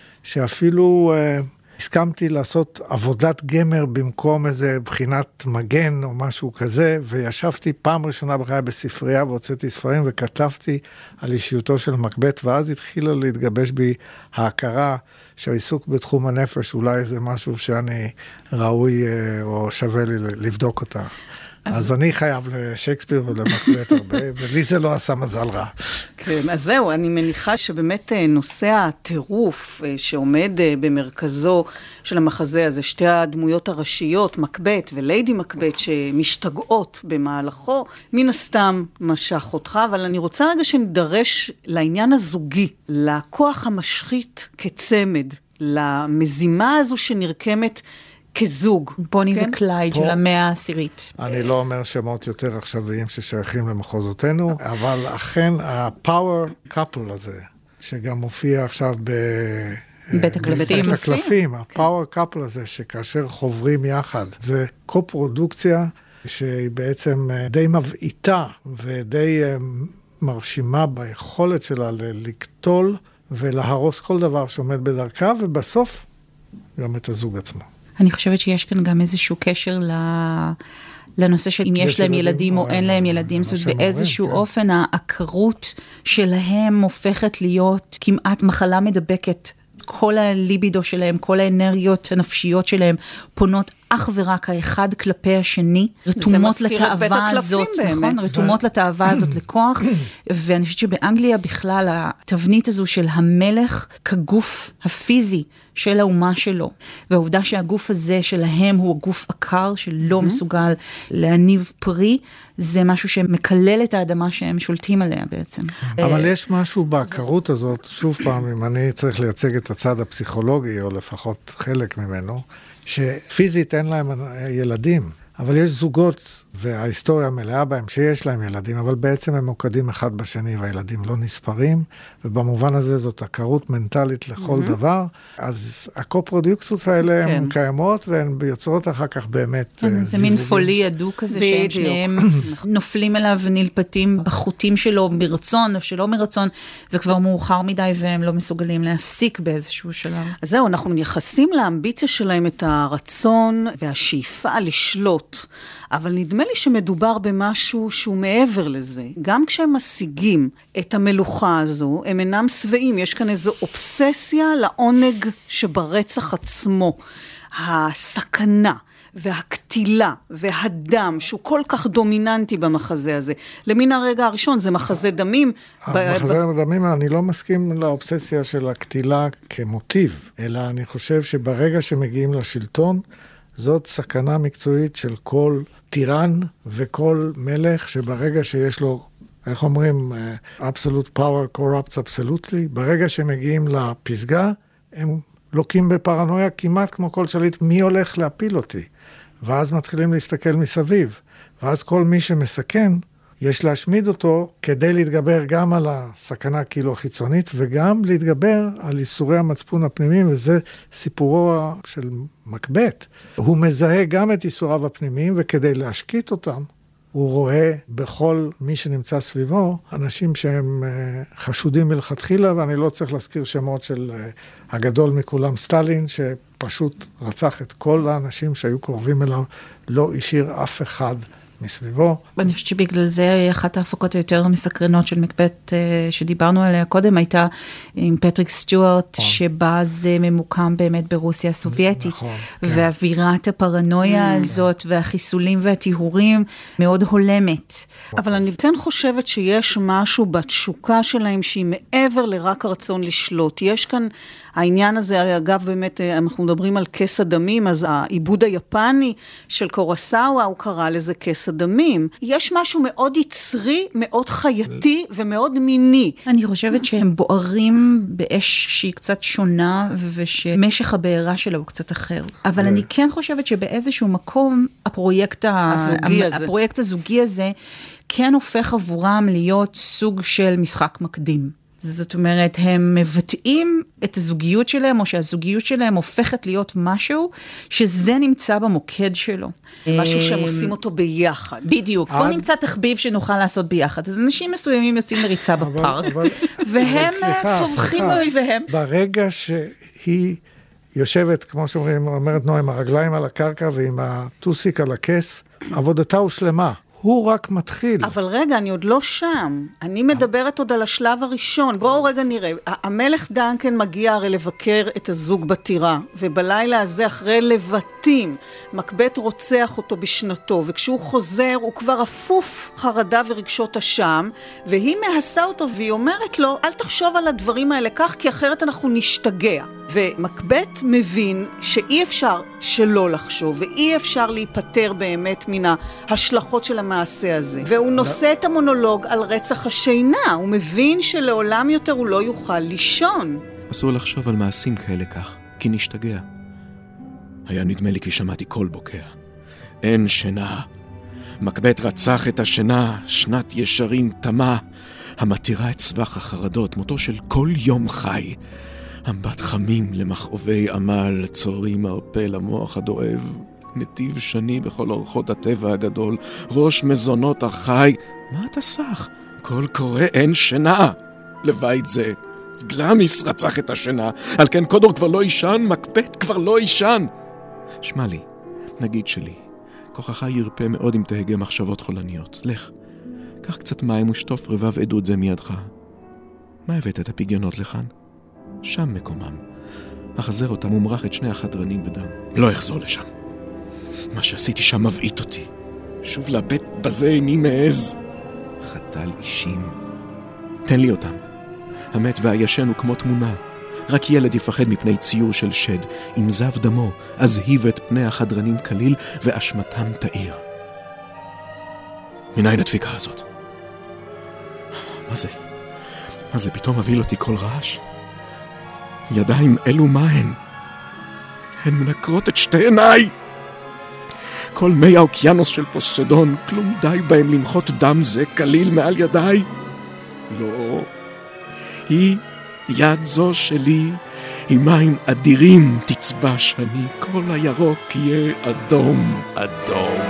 שאפילו uh, הסכמתי לעשות עבודת גמר במקום איזה בחינת מגן או משהו כזה, וישבתי פעם ראשונה בחיי בספרייה והוצאתי ספרים וכתבתי על אישיותו של מקבט, ואז התחילה להתגבש בי ההכרה שהעיסוק בתחום הנפש אולי זה משהו שאני ראוי או שווה לי לבדוק אותה. אז, אז אני חייב לשייקספיר ולמקבט הרבה, ולי זה לא עשה מזל רע. כן, אז זהו, אני מניחה שבאמת נושא הטירוף שעומד במרכזו של המחזה הזה, שתי הדמויות הראשיות, מקבט וליידי מקבט, שמשתגעות במהלכו, מן הסתם משך אותך, אבל אני רוצה רגע שנדרש לעניין הזוגי, לכוח המשחית כצמד, למזימה הזו שנרקמת כזוג. בוני כן? וקלייד של המאה העשירית. אני לא אומר שמות יותר עכשוויים ששייכים למחוזותינו, אבל אכן הפאוור קאפל הזה, שגם מופיע עכשיו ב... בית הקלפים. בית הקלפים, הפאוור קאפל הזה, שכאשר חוברים יחד, זה קופרודוקציה שהיא בעצם די מבעיטה ודי מרשימה ביכולת שלה לקטול ולהרוס כל דבר שעומד בדרכה, ובסוף גם את הזוג עצמו. אני חושבת שיש כאן גם איזשהו קשר לנושא של אם יש להם ילדים או אין להם ילדים, זאת אומרת באיזשהו אופן העקרות שלהם הופכת להיות כמעט מחלה מדבקת. כל הליבידו שלהם, כל האנרגיות הנפשיות שלהם פונות אך ורק האחד כלפי השני, רתומות לתאווה הזאת, נכון? רתומות לתאווה הזאת לכוח, ואני חושבת שבאנגליה בכלל התבנית הזו של המלך כגוף הפיזי של האומה שלו, והעובדה שהגוף הזה שלהם הוא הגוף עקר שלא מסוגל להניב פרי, זה משהו שמקלל את האדמה שהם שולטים עליה בעצם. אבל יש משהו בהכרות הזאת, שוב פעם, אם אני צריך לייצג את הצד הפסיכולוגי, או לפחות חלק ממנו, שפיזית אין להם ילדים, אבל יש זוגות, וההיסטוריה מלאה בהם שיש להם ילדים, אבל בעצם הם מוקדים אחד בשני, והילדים לא נספרים, ובמובן הזה זאת הכרות מנטלית לכל mm-hmm. דבר. אז הקופרודוקציות האלה כן. הן קיימות, והן יוצרות אחר כך באמת... כן, זה מין פולי ידוק כזה, שהם שניהם נופלים אליו ונלפתים בחוטים שלו מרצון או שלא מרצון, וכבר מאוחר מדי והם לא מסוגלים להפסיק באיזשהו שלב. אז זהו, אנחנו מייחסים לאמביציה שלהם את הרצון והשאיפה לשלוט, אבל נדמה לי שמדובר במשהו שהוא מעבר לזה. גם כשהם משיגים את המלוכה הזו, הם אינם שבעים. יש כאן איזו אובססיה לעונג שברצח עצמו. הסכנה והקטילה והדם, שהוא כל כך דומיננטי במחזה הזה. למן הרגע הראשון זה מחזה דמים. המחזה ב... דמים, אני לא מסכים לאובססיה של הקטילה כמוטיב, אלא אני חושב שברגע שמגיעים לשלטון, זאת סכנה מקצועית של כל טירן וכל מלך, שברגע שיש לו, איך אומרים, absolute power corrupts absolutely, ברגע שמגיעים לפסגה, הם לוקים בפרנויה כמעט כמו כל שליט, מי הולך להפיל אותי? ואז מתחילים להסתכל מסביב. ואז כל מי שמסכן, יש להשמיד אותו כדי להתגבר גם על הסכנה כאילו החיצונית, וגם להתגבר על איסורי המצפון הפנימיים, וזה סיפורו של מקבט. הוא מזהה גם את איסוריו הפנימיים, וכדי להשקיט אותם, הוא רואה בכל מי שנמצא סביבו, אנשים שהם חשודים מלכתחילה, ואני לא צריך להזכיר שמות של הגדול מכולם, סטלין, שפשוט רצח את כל האנשים שהיו קרובים אליו, לא השאיר אף אחד מסביבו. אני חושבת שבגלל זה אחת ההפקות היותר מסקרנות של מקבט שדיברנו עליה קודם, הייתה עם פטריק סטיוארט, שבה זה ממוקם באמת ברוסיה הסובייטית, ואווירת הפרנויה הזאת, והחיסולים והטיהורים מאוד הולמת. אבל אני כן חושבת שיש משהו בתשוקה שלהם, שהיא מעבר לרק הרצון לשלוט. יש כאן העניין הזה, אגב, באמת, אנחנו מדברים על כס הדמים, אז העיבוד היפני של קורוסאווה, הוא קרא לזה כס הדמים. יש משהו מאוד יצרי, מאוד חייתי ומאוד מיני. אני חושבת שהם בוערים באש שהיא קצת שונה, ושמשך הבעירה שלה הוא קצת אחר. אבל אני כן חושבת שבאיזשהו מקום, הפרויקט הזוגי הזה, הפרויקט הזוגי הזה, כן הופך עבורם להיות סוג של משחק מקדים. זאת אומרת, הם מבטאים את הזוגיות שלהם, או שהזוגיות שלהם הופכת להיות משהו, שזה נמצא במוקד שלו. משהו שהם עושים אותו ביחד. בדיוק. בוא נמצא תחביב שנוכל לעשות ביחד. אז אנשים מסוימים יוצאים לריצה בפארק, והם טובחים מאויביהם. ברגע שהיא יושבת, כמו שאומרים, אומרת נועה, עם הרגליים על הקרקע, ועם הטוסיק על הכס, עבודתה הוא שלמה. הוא רק מתחיל. אבל רגע, אני עוד לא שם. אני מדברת עוד על השלב הראשון. בואו רגע נראה. המלך דנקן מגיע הרי לבקר את הזוג בטירה, ובלילה הזה אחרי לבטים, מקבט רוצח אותו בשנתו, וכשהוא חוזר הוא כבר אפוף חרדה ורגשות אשם, והיא מהסה אותו והיא אומרת לו, אל תחשוב על הדברים האלה כך, כי אחרת אנחנו נשתגע. ומקבט מבין שאי אפשר שלא לחשוב, ואי אפשר להיפטר באמת מן ההשלכות של המעשה הזה. והוא נושא את המונולוג על רצח השינה, הוא מבין שלעולם יותר הוא לא יוכל לישון. אסור לחשוב על מעשים כאלה כך, כי נשתגע. היה נדמה לי כי שמעתי קול בוקע. אין שינה. מקבט רצח את השינה, שנת ישרים תמה, המתירה את סבך החרדות, מותו של כל יום חי. אמבט חמים למכאובי עמל, צורים מרפא למוח הדואב, נתיב שני בכל אורחות הטבע הגדול, ראש מזונות החי. מה אתה סך? כל קורא אין שינה. לבית זה, גלמיס רצח את השינה, על כן קודור כבר לא ישן, מקבט כבר לא ישן. שמע לי, נגיד שלי, כוחך ירפא מאוד אם תהגה מחשבות חולניות. לך, קח קצת מים ושטוף רבב עדות זה מידך. מה הבאת את הפגיונות לכאן? שם מקומם. אחזר אותם ומרח את שני החדרנים בדם. לא אחזור לשם. מה שעשיתי שם מבעית אותי. שוב לבית בזה איני מעז. חתל אישים. תן לי אותם. המת והישן הוא כמו תמונה. רק ילד יפחד מפני ציור של שד. עם זב דמו, אזהיב את פני החדרנים כליל ואשמתם תאיר. מניין הדפיקה הזאת? מה זה? מה זה? פתאום מביא אותי כל רעש? ידיים אלו מה הן? הן מנקרות את שתי עיניי. כל מי האוקיינוס של פוסדון, כלום די בהם למחות דם זה כליל מעל ידיי? לא, היא יד זו שלי, עם מים אדירים תצבש אני, כל הירוק יהיה אדום, אדום.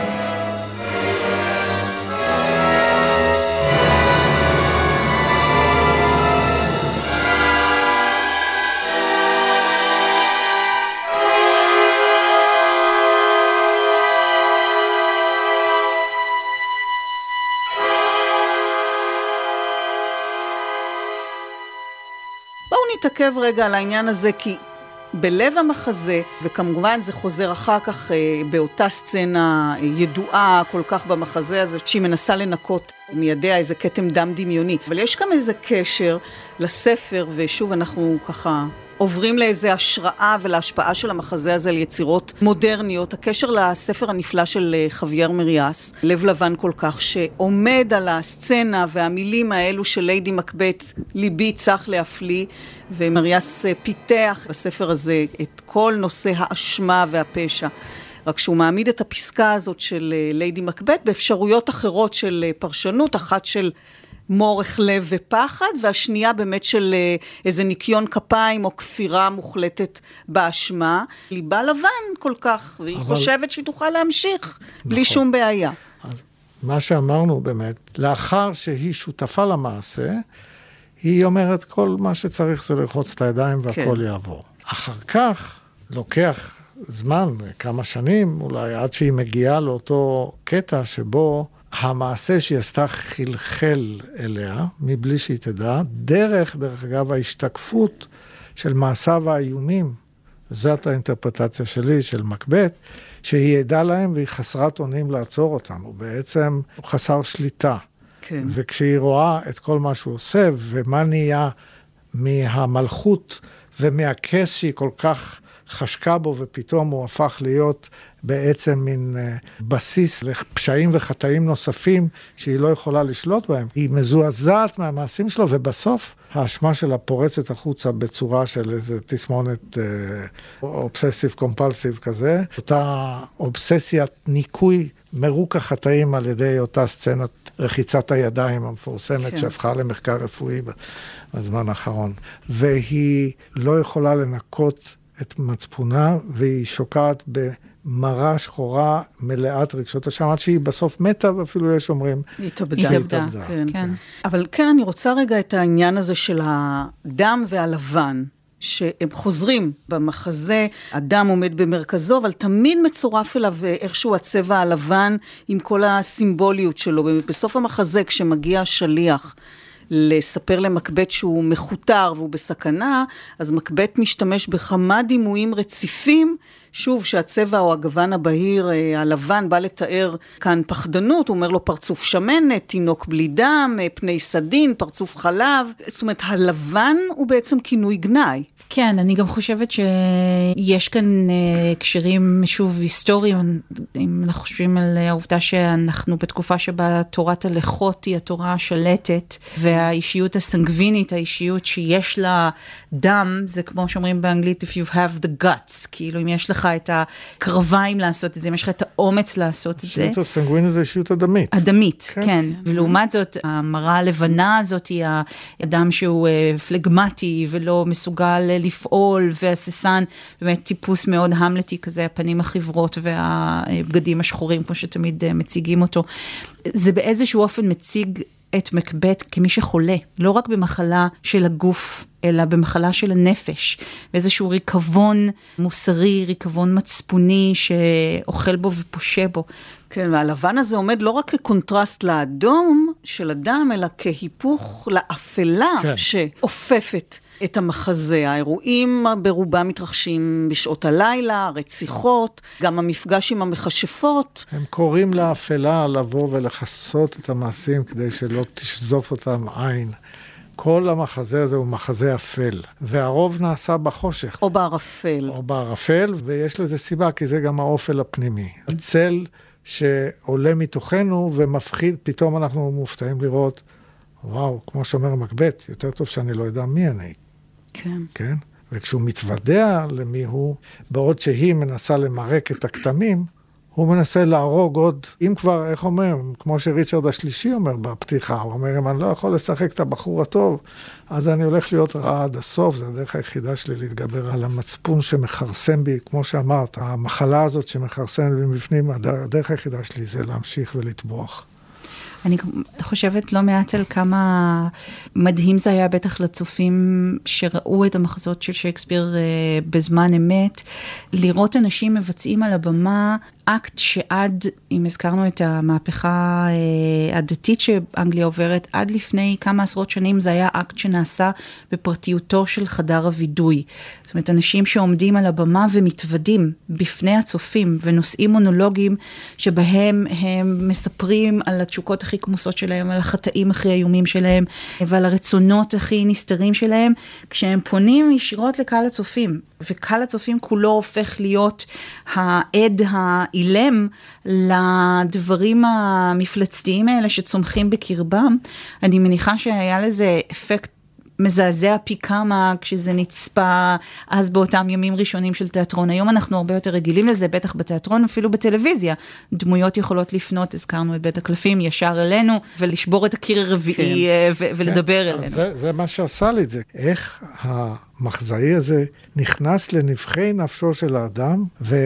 נתעכב רגע על העניין הזה, כי בלב המחזה, וכמובן זה חוזר אחר כך אה, באותה סצנה ידועה כל כך במחזה הזה, שהיא מנסה לנקות מידיה איזה כתם דם דמיוני. אבל יש גם איזה קשר לספר, ושוב אנחנו ככה עוברים לאיזה השראה ולהשפעה של המחזה הזה ליצירות מודרניות. הקשר לספר הנפלא של חוויאר מריאס, לב לבן כל כך, שעומד על הסצנה והמילים האלו של ליידי מקבת, ליבי צח להפליא, ומריאס פיתח בספר הזה את כל נושא האשמה והפשע. רק שהוא מעמיד את הפסקה הזאת של ליידי מקבת באפשרויות אחרות של פרשנות, אחת של מורך לב ופחד, והשנייה באמת של איזה ניקיון כפיים או כפירה מוחלטת באשמה. ליבה לבן כל כך, והיא אבל... חושבת שהיא תוכל להמשיך נכון. בלי שום בעיה. אז מה שאמרנו באמת, לאחר שהיא שותפה למעשה, היא אומרת כל מה שצריך זה לרחוץ את הידיים והכל כן. יעבור. אחר כך לוקח זמן, כמה שנים אולי, עד שהיא מגיעה לאותו קטע שבו המעשה שהיא עשתה חלחל אליה, מבלי שהיא תדע, דרך, דרך אגב, ההשתקפות של מעשיו האיומים, זאת האינטרפרטציה שלי, של מקבת, שהיא ידעה להם והיא חסרת אונים לעצור אותם, הוא בעצם חסר שליטה. כן. וכשהיא רואה את כל מה שהוא עושה, ומה נהיה מהמלכות ומהכס שהיא כל כך חשקה בו, ופתאום הוא הפך להיות בעצם מין בסיס לפשעים וחטאים נוספים שהיא לא יכולה לשלוט בהם. היא מזועזעת מהמעשים שלו, ובסוף האשמה שלה פורצת החוצה בצורה של איזה תסמונת אובססיב קומפלסיב כזה. אותה אובססיית ניקוי מרוק החטאים על ידי אותה סצנת רחיצת הידיים המפורסמת, כן. שהפכה למחקר רפואי בזמן האחרון. והיא לא יכולה לנקות את מצפונה, והיא שוקעת במראה שחורה מלאת רגשות אשם, עד שהיא בסוף מתה, ואפילו יש אומרים, היא התאבדה. היא התאבדה, כן, כן. אבל כן, אני רוצה רגע את העניין הזה של הדם והלבן, שהם חוזרים במחזה, הדם עומד במרכזו, אבל תמיד מצורף אליו איכשהו הצבע הלבן, עם כל הסימבוליות שלו. בסוף המחזה, כשמגיע השליח, לספר למקבת שהוא מחותר והוא בסכנה, אז מקבת משתמש בכמה דימויים רציפים, שוב שהצבע או הגוון הבהיר הלבן בא לתאר כאן פחדנות, הוא אומר לו פרצוף שמנת, תינוק בלי דם, פני סדין, פרצוף חלב, זאת אומרת הלבן הוא בעצם כינוי גנאי. כן, אני גם חושבת שיש כאן קשרים שוב היסטוריים, אם אנחנו חושבים על העובדה שאנחנו בתקופה שבה תורת הלכות היא התורה השלטת, והאישיות הסנגבינית, האישיות שיש לה דם, זה כמו שאומרים באנגלית, if you have the guts, כאילו אם יש לך את הקרביים לעשות את זה, אם יש לך את האומץ לעשות את זה. אישיות הסנגבינית זה אישיות אדמית. אדמית, כן. כן. ולעומת זאת, המראה הלבנה הזאת היא האדם שהוא פלגמטי ולא מסוגל לפעול, והססן, באמת טיפוס מאוד המלטי כזה, הפנים החברות והבגדים השחורים, כמו שתמיד מציגים אותו. זה באיזשהו אופן מציג את מקבת כמי שחולה, לא רק במחלה של הגוף, אלא במחלה של הנפש, ואיזשהו ריקבון מוסרי, ריקבון מצפוני שאוכל בו ופושה בו. כן, והלבן הזה עומד לא רק כקונטרסט לאדום של אדם, אלא כהיפוך לאפלה כן. שאופפת את המחזה. האירועים ברובם מתרחשים בשעות הלילה, הרציחות, גם המפגש עם המכשפות. הם קוראים לאפלה לבוא ולחסות את המעשים כדי שלא תשזוף אותם עין. כל המחזה הזה הוא מחזה אפל, והרוב נעשה בחושך. או בערפל. או בערפל, ויש לזה סיבה, כי זה גם האופל הפנימי. הצל שעולה מתוכנו ומפחיד, פתאום אנחנו מופתעים לראות, וואו, כמו שאומר מקבת, יותר טוב שאני לא יודע מי אני. כן. כן? וכשהוא מתוודע למי הוא, בעוד שהיא מנסה למרק את הכתמים, הוא מנסה להרוג עוד, אם כבר, איך אומר, כמו שריצ'רד השלישי אומר בפתיחה, הוא אומר, אם אני לא יכול לשחק את הבחור הטוב, אז אני הולך להיות רע עד הסוף, זה הדרך היחידה שלי להתגבר על המצפון שמחרסם בי, כמו שאמרת, המחלה הזאת שמחרסם בי מבפנים, הדרך היחידה שלי זה להמשיך ולטבוח. אני חושבת לא מעט על כמה מדהים זה היה בטח לצופים שראו את המחזות של שייקספיר בזמן אמת, לראות אנשים מבצעים על הבמה אקט שעד, אם הזכרנו את המהפכה הדתית שאנגליה עוברת, עד לפני כמה עשרות שנים זה היה אקט שנעשה בפרטיותו של חדר הוידוי. זאת אומרת, אנשים שעומדים על הבמה ומתוודים בפני הצופים ונושאים מונולוגים שבהם הם מספרים על התשוקות הכי כמוסות שלהם, על החטאים הכי איומים שלהם ועל הרצונות הכי נסתרים שלהם, כשהם פונים ישירות לקהל הצופים, וקהל הצופים כולו הופך להיות העד האילם לדברים המפלצתיים האלה שצומחים בקרבם. אני מניחה שהיה לזה אפקט מזעזע פי כמה כשזה נצפה אז באותם ימים ראשונים של תיאטרון. היום אנחנו הרבה יותר רגילים לזה, בטח בתיאטרון, אפילו בטלוויזיה. דמויות יכולות לפנות, הזכרנו את בית הקלפים, ישר אלינו, ולשבור את הקיר הרביעי כן. ו- ולדבר כן. אלינו. זה, זה מה שעשה לי את זה. איך המחזאי הזה נכנס לנבחי נפשו של האדם,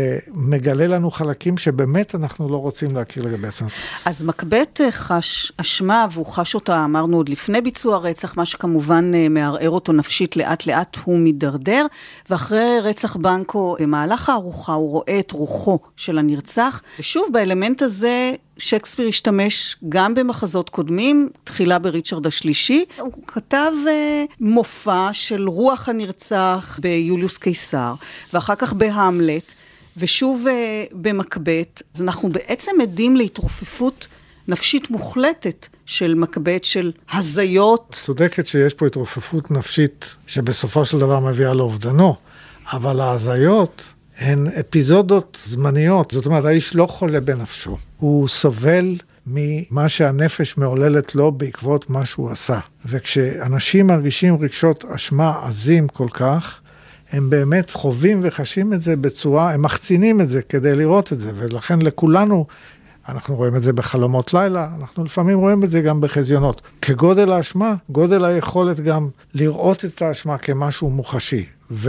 ומגלה לנו חלקים שבאמת אנחנו לא רוצים להכיר לגבי עצמנו. אז מקבט חש אשמה, והוא חש אותה, אמרנו עוד לפני ביצוע רצח, מה שכמובן מערער אותו נפשית לאט לאט הוא מדרדר, ואחרי רצח בנקו, במהלך הארוחה, הוא רואה את רוחו של הנרצח, ושוב באלמנט הזה, שייקספיר השתמש גם במחזות קודמים, תחילה בריצ'רד השלישי, הוא כתב uh, מופע של רוח הנרצח ביוליוס קיסר, ואחר כך בהמלט, ושוב uh, במקבט, אז אנחנו בעצם עדים להתרופפות נפשית מוחלטת של מקבט, של הזיות. צודקת שיש פה התרופפות נפשית שבסופו של דבר מביאה לאובדנו, אבל ההזיות הן אפיזודות זמניות, זאת אומרת, האיש לא חולה בנפשו. הוא סובל ממה שהנפש מעוללת לו בעקבות מה שהוא עשה. וכשאנשים מרגישים רגשות אשמה עזים כל כך, הם באמת חווים וחשים את זה בצורה, הם מחצינים את זה כדי לראות את זה, ולכן לכולנו, אנחנו רואים את זה בחלומות לילה, אנחנו לפעמים רואים את זה גם בחזיונות. כגודל האשמה, גודל היכולת גם לראות את האשמה כמשהו מוחשי.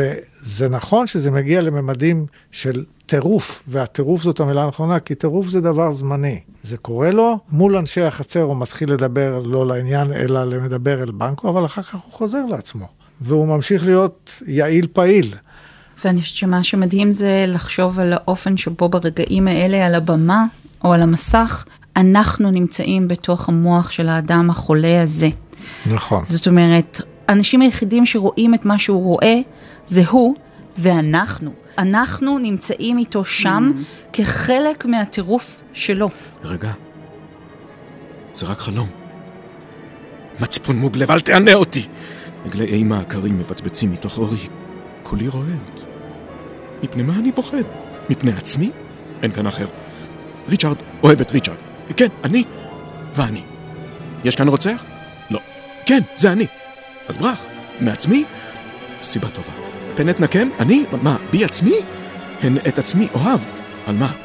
וזה נכון שזה מגיע לממדים של טירוף, והטירוף זאת המילה הנכונה, כי טירוף זה דבר זמני. זה קורה לו, מול אנשי החצר הוא מתחיל לדבר לא לעניין, אלא לדבר אל בנקו, אבל אחר כך הוא חוזר לעצמו. והוא ממשיך להיות יעיל פעיל. ואני חושבת שמה שמדהים זה לחשוב על האופן שבו ברגעים האלה על הבמה, או על המסך, אנחנו נמצאים בתוך המוח של האדם החולה הזה. נכון. זאת אומרת, האנשים היחידים שרואים את מה שהוא רואה, זה הוא ואנחנו. אנחנו נמצאים איתו שם mm. כחלק מהטירוף שלו. רגע, זה רק חלום. מצפון מוגלב, אל תענה אותי. עגלי אימה הקרים מבצבצים מתוך אורי. כולי רועד. מפני מה אני פוחד? מפני עצמי? אין כאן אחר. ריצ'רד אוהב את ריצ'רד. כן, אני ואני. יש כאן רוצח? לא. כן, זה אני. אז ברח. מעצמי? סיבה טובה. פנת נקם? אני? מה? בי עצמי? הן את עצמי אוהב. על מה?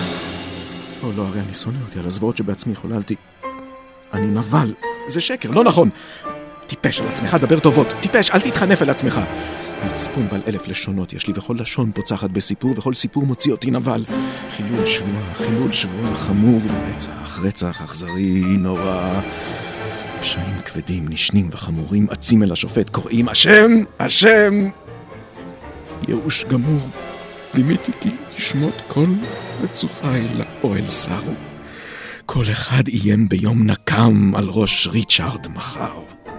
או לא, הרי אני שונא אותי על הזוועות שבעצמי חוללתי. אני נבל. זה שקר, לא נכון. טיפש על עצמך, דבר טובות. טיפש, אל תתחנף על עצמך. מצפון בעל אלף לשונות יש לי, וכל לשון פוצחת בסיפור, וכל סיפור מוציא אותי נבל. חילול שבוע, חילול שבוע חמור, רצח, רצח אכזרי, נורא. פשעים כבדים, נשנים וחמורים, עצים אל השופט, קוראים, השם, השם. ייאוש גמור, דימיתי כי שמות כל רצוחי לאוהל שרו. כל אחד איים ביום נקם על ראש ריצ'רד מחר.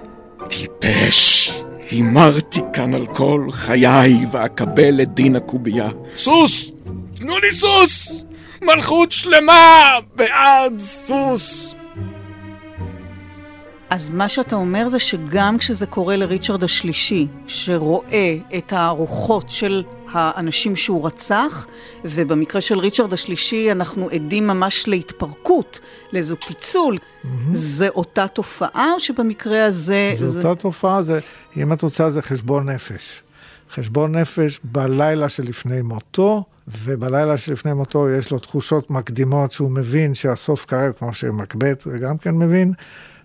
טיפש, הימרתי כאן על כל חיי ואקבל את דין הקובייה. סוס! תנו לי סוס! מלכות שלמה בעד סוס! אז מה שאתה אומר זה שגם כשזה קורה לריצ'רד השלישי, שרואה את הרוחות של האנשים שהוא רצח, ובמקרה של ריצ'רד השלישי אנחנו עדים ממש להתפרקות, לאיזו פיצול, mm-hmm. זה אותה תופעה, או שבמקרה הזה... זה, זה... אותה תופעה, זה, אם את רוצה, זה חשבון נפש. חשבון נפש בלילה שלפני מותו, ובלילה שלפני מותו יש לו תחושות מקדימות שהוא מבין שהסוף קרב, כמו שמקבט גם כן מבין,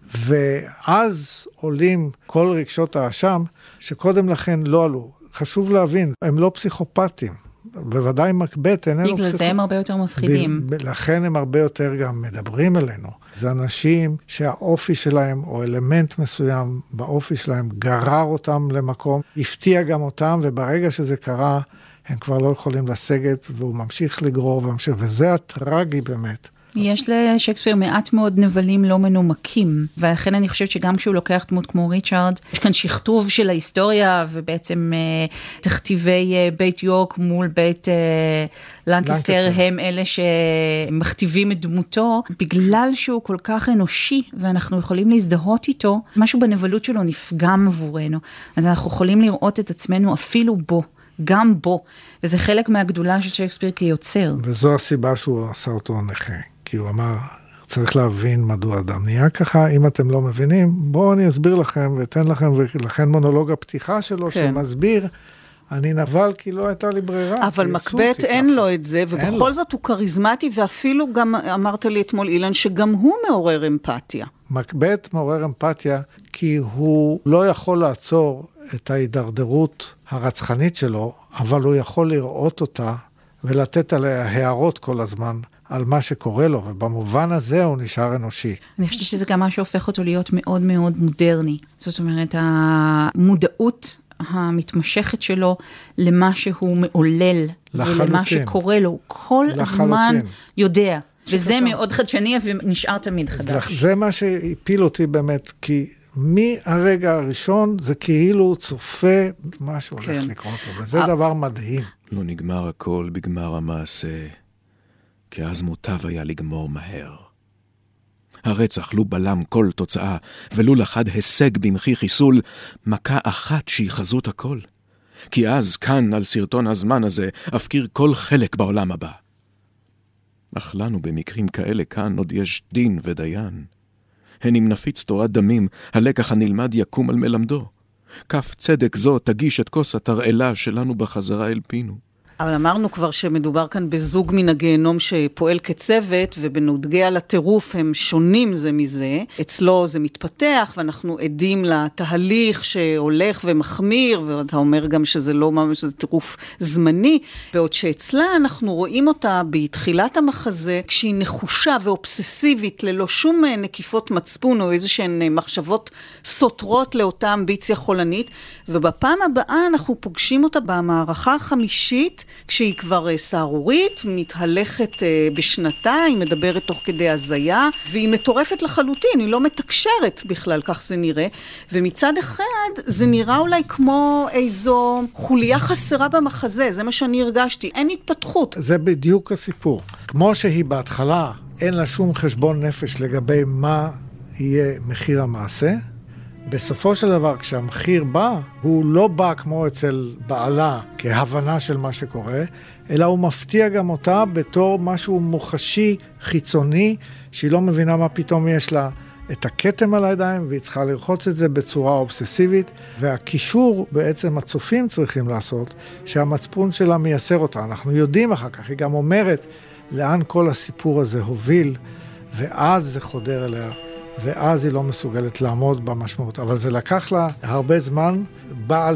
ואז עולים כל רגשות האשם שקודם לכן לא עלו. חשוב להבין, הם לא פסיכופטים. בוודאי מקבט איננו פסיכופטים. בגלל זה הם הרבה יותר מפחידים. ב- לכן הם הרבה יותר גם מדברים אלינו. זה אנשים שהאופי שלהם, או אלמנט מסוים באופי שלהם, גרר אותם למקום, הפתיע גם אותם, וברגע שזה קרה, הם כבר לא יכולים לסגת, והוא ממשיך לגרור וממשיך, וזה הטרגי באמת. יש לשייקספיר מעט מאוד נבלים לא מנומקים, ולכן אני חושבת שגם כשהוא לוקח דמות כמו ריצ'ארד, יש כאן שכתוב של ההיסטוריה, ובעצם אה, תכתיבי אה, בית יורק מול בית אה, לנקסטר, לנקסטר, הם אלה שמכתיבים את דמותו, בגלל שהוא כל כך אנושי, ואנחנו יכולים להזדהות איתו, משהו בנבלות שלו נפגם עבורנו, אנחנו יכולים לראות את עצמנו אפילו בו. גם בו, וזה חלק מהגדולה של שייקספיר כיוצר. וזו הסיבה שהוא עשה אותו נכה, כי הוא אמר, צריך להבין מדוע אדם נהיה ככה, אם אתם לא מבינים, בואו אני אסביר לכם, ואתן לכם, ולכן מונולוג הפתיחה שלו, כן. שמסביר, אני נבל כי לא הייתה לי ברירה. אבל מקבט אין לו את זה, ובכל זאת הוא קריזמטי, ואפילו גם אמרת לי אתמול אילן, שגם הוא מעורר אמפתיה. מקבט מעורר אמפתיה, כי הוא לא יכול לעצור את ההידרדרות הרצחנית שלו, אבל הוא יכול לראות אותה, ולתת עליה הערות כל הזמן, על מה שקורה לו, ובמובן הזה הוא נשאר אנושי. אני חושבת שזה גם מה שהופך אותו להיות מאוד מאוד מודרני. זאת אומרת, המודעות המתמשכת שלו למה שהוא מעולל, לחלוטין. ולמה שקורה לו, כל לחלוטין. הזמן יודע. וזה מאוד חדשני ונשאר תמיד חדש. זה מה שהפיל אותי באמת, כי מהרגע הראשון זה כאילו הוא צופה מה שהולך כן. לקרות לו, וזה דבר מדהים. לא נגמר הכל בגמר המעשה, כי אז מוטב היה לגמור מהר. הרצח לא בלם כל תוצאה, ולא לחד הישג במחי חיסול, מכה אחת שהיא חזות הכל. כי אז כאן על סרטון הזמן הזה, אפקיר כל חלק בעולם הבא. אך לנו במקרים כאלה כאן עוד יש דין ודיין. הן אם נפיץ תורת דמים, הלקח הנלמד יקום על מלמדו. כף צדק זו תגיש את כוס התרעלה שלנו בחזרה אל פינו. אבל אמרנו כבר שמדובר כאן בזוג מן הגיהנום שפועל כצוות, ובנוגע לטירוף הם שונים זה מזה. אצלו זה מתפתח, ואנחנו עדים לתהליך שהולך ומחמיר, ואתה אומר גם שזה לא ממש, שזה טירוף זמני, בעוד שאצלה אנחנו רואים אותה בתחילת המחזה, כשהיא נחושה ואובססיבית, ללא שום נקיפות מצפון, או איזושהן מחשבות סותרות לאותה אמביציה חולנית, ובפעם הבאה אנחנו פוגשים אותה במערכה החמישית, כשהיא כבר סערורית, מתהלכת בשנתה, היא מדברת תוך כדי הזיה, והיא מטורפת לחלוטין, היא לא מתקשרת בכלל, כך זה נראה, ומצד אחד זה נראה אולי כמו איזו חוליה חסרה במחזה, זה מה שאני הרגשתי, אין התפתחות. זה בדיוק הסיפור. כמו שהיא בהתחלה, אין לה שום חשבון נפש לגבי מה יהיה מחיר המעשה, בסופו של דבר, כשהמחיר בא, הוא לא בא כמו אצל בעלה, כהבנה של מה שקורה, אלא הוא מפתיע גם אותה בתור משהו מוחשי, חיצוני, שהיא לא מבינה מה פתאום יש לה את הכתם על הידיים, והיא צריכה לרחוץ את זה בצורה אובססיבית, והקישור בעצם הצופים צריכים לעשות, שהמצפון שלה מייסר אותה. אנחנו יודעים אחר כך, היא גם אומרת לאן כל הסיפור הזה הוביל, ואז זה חודר אליה. ואז היא לא מסוגלת לעמוד במשמעות. אבל זה לקח לה הרבה זמן, בעל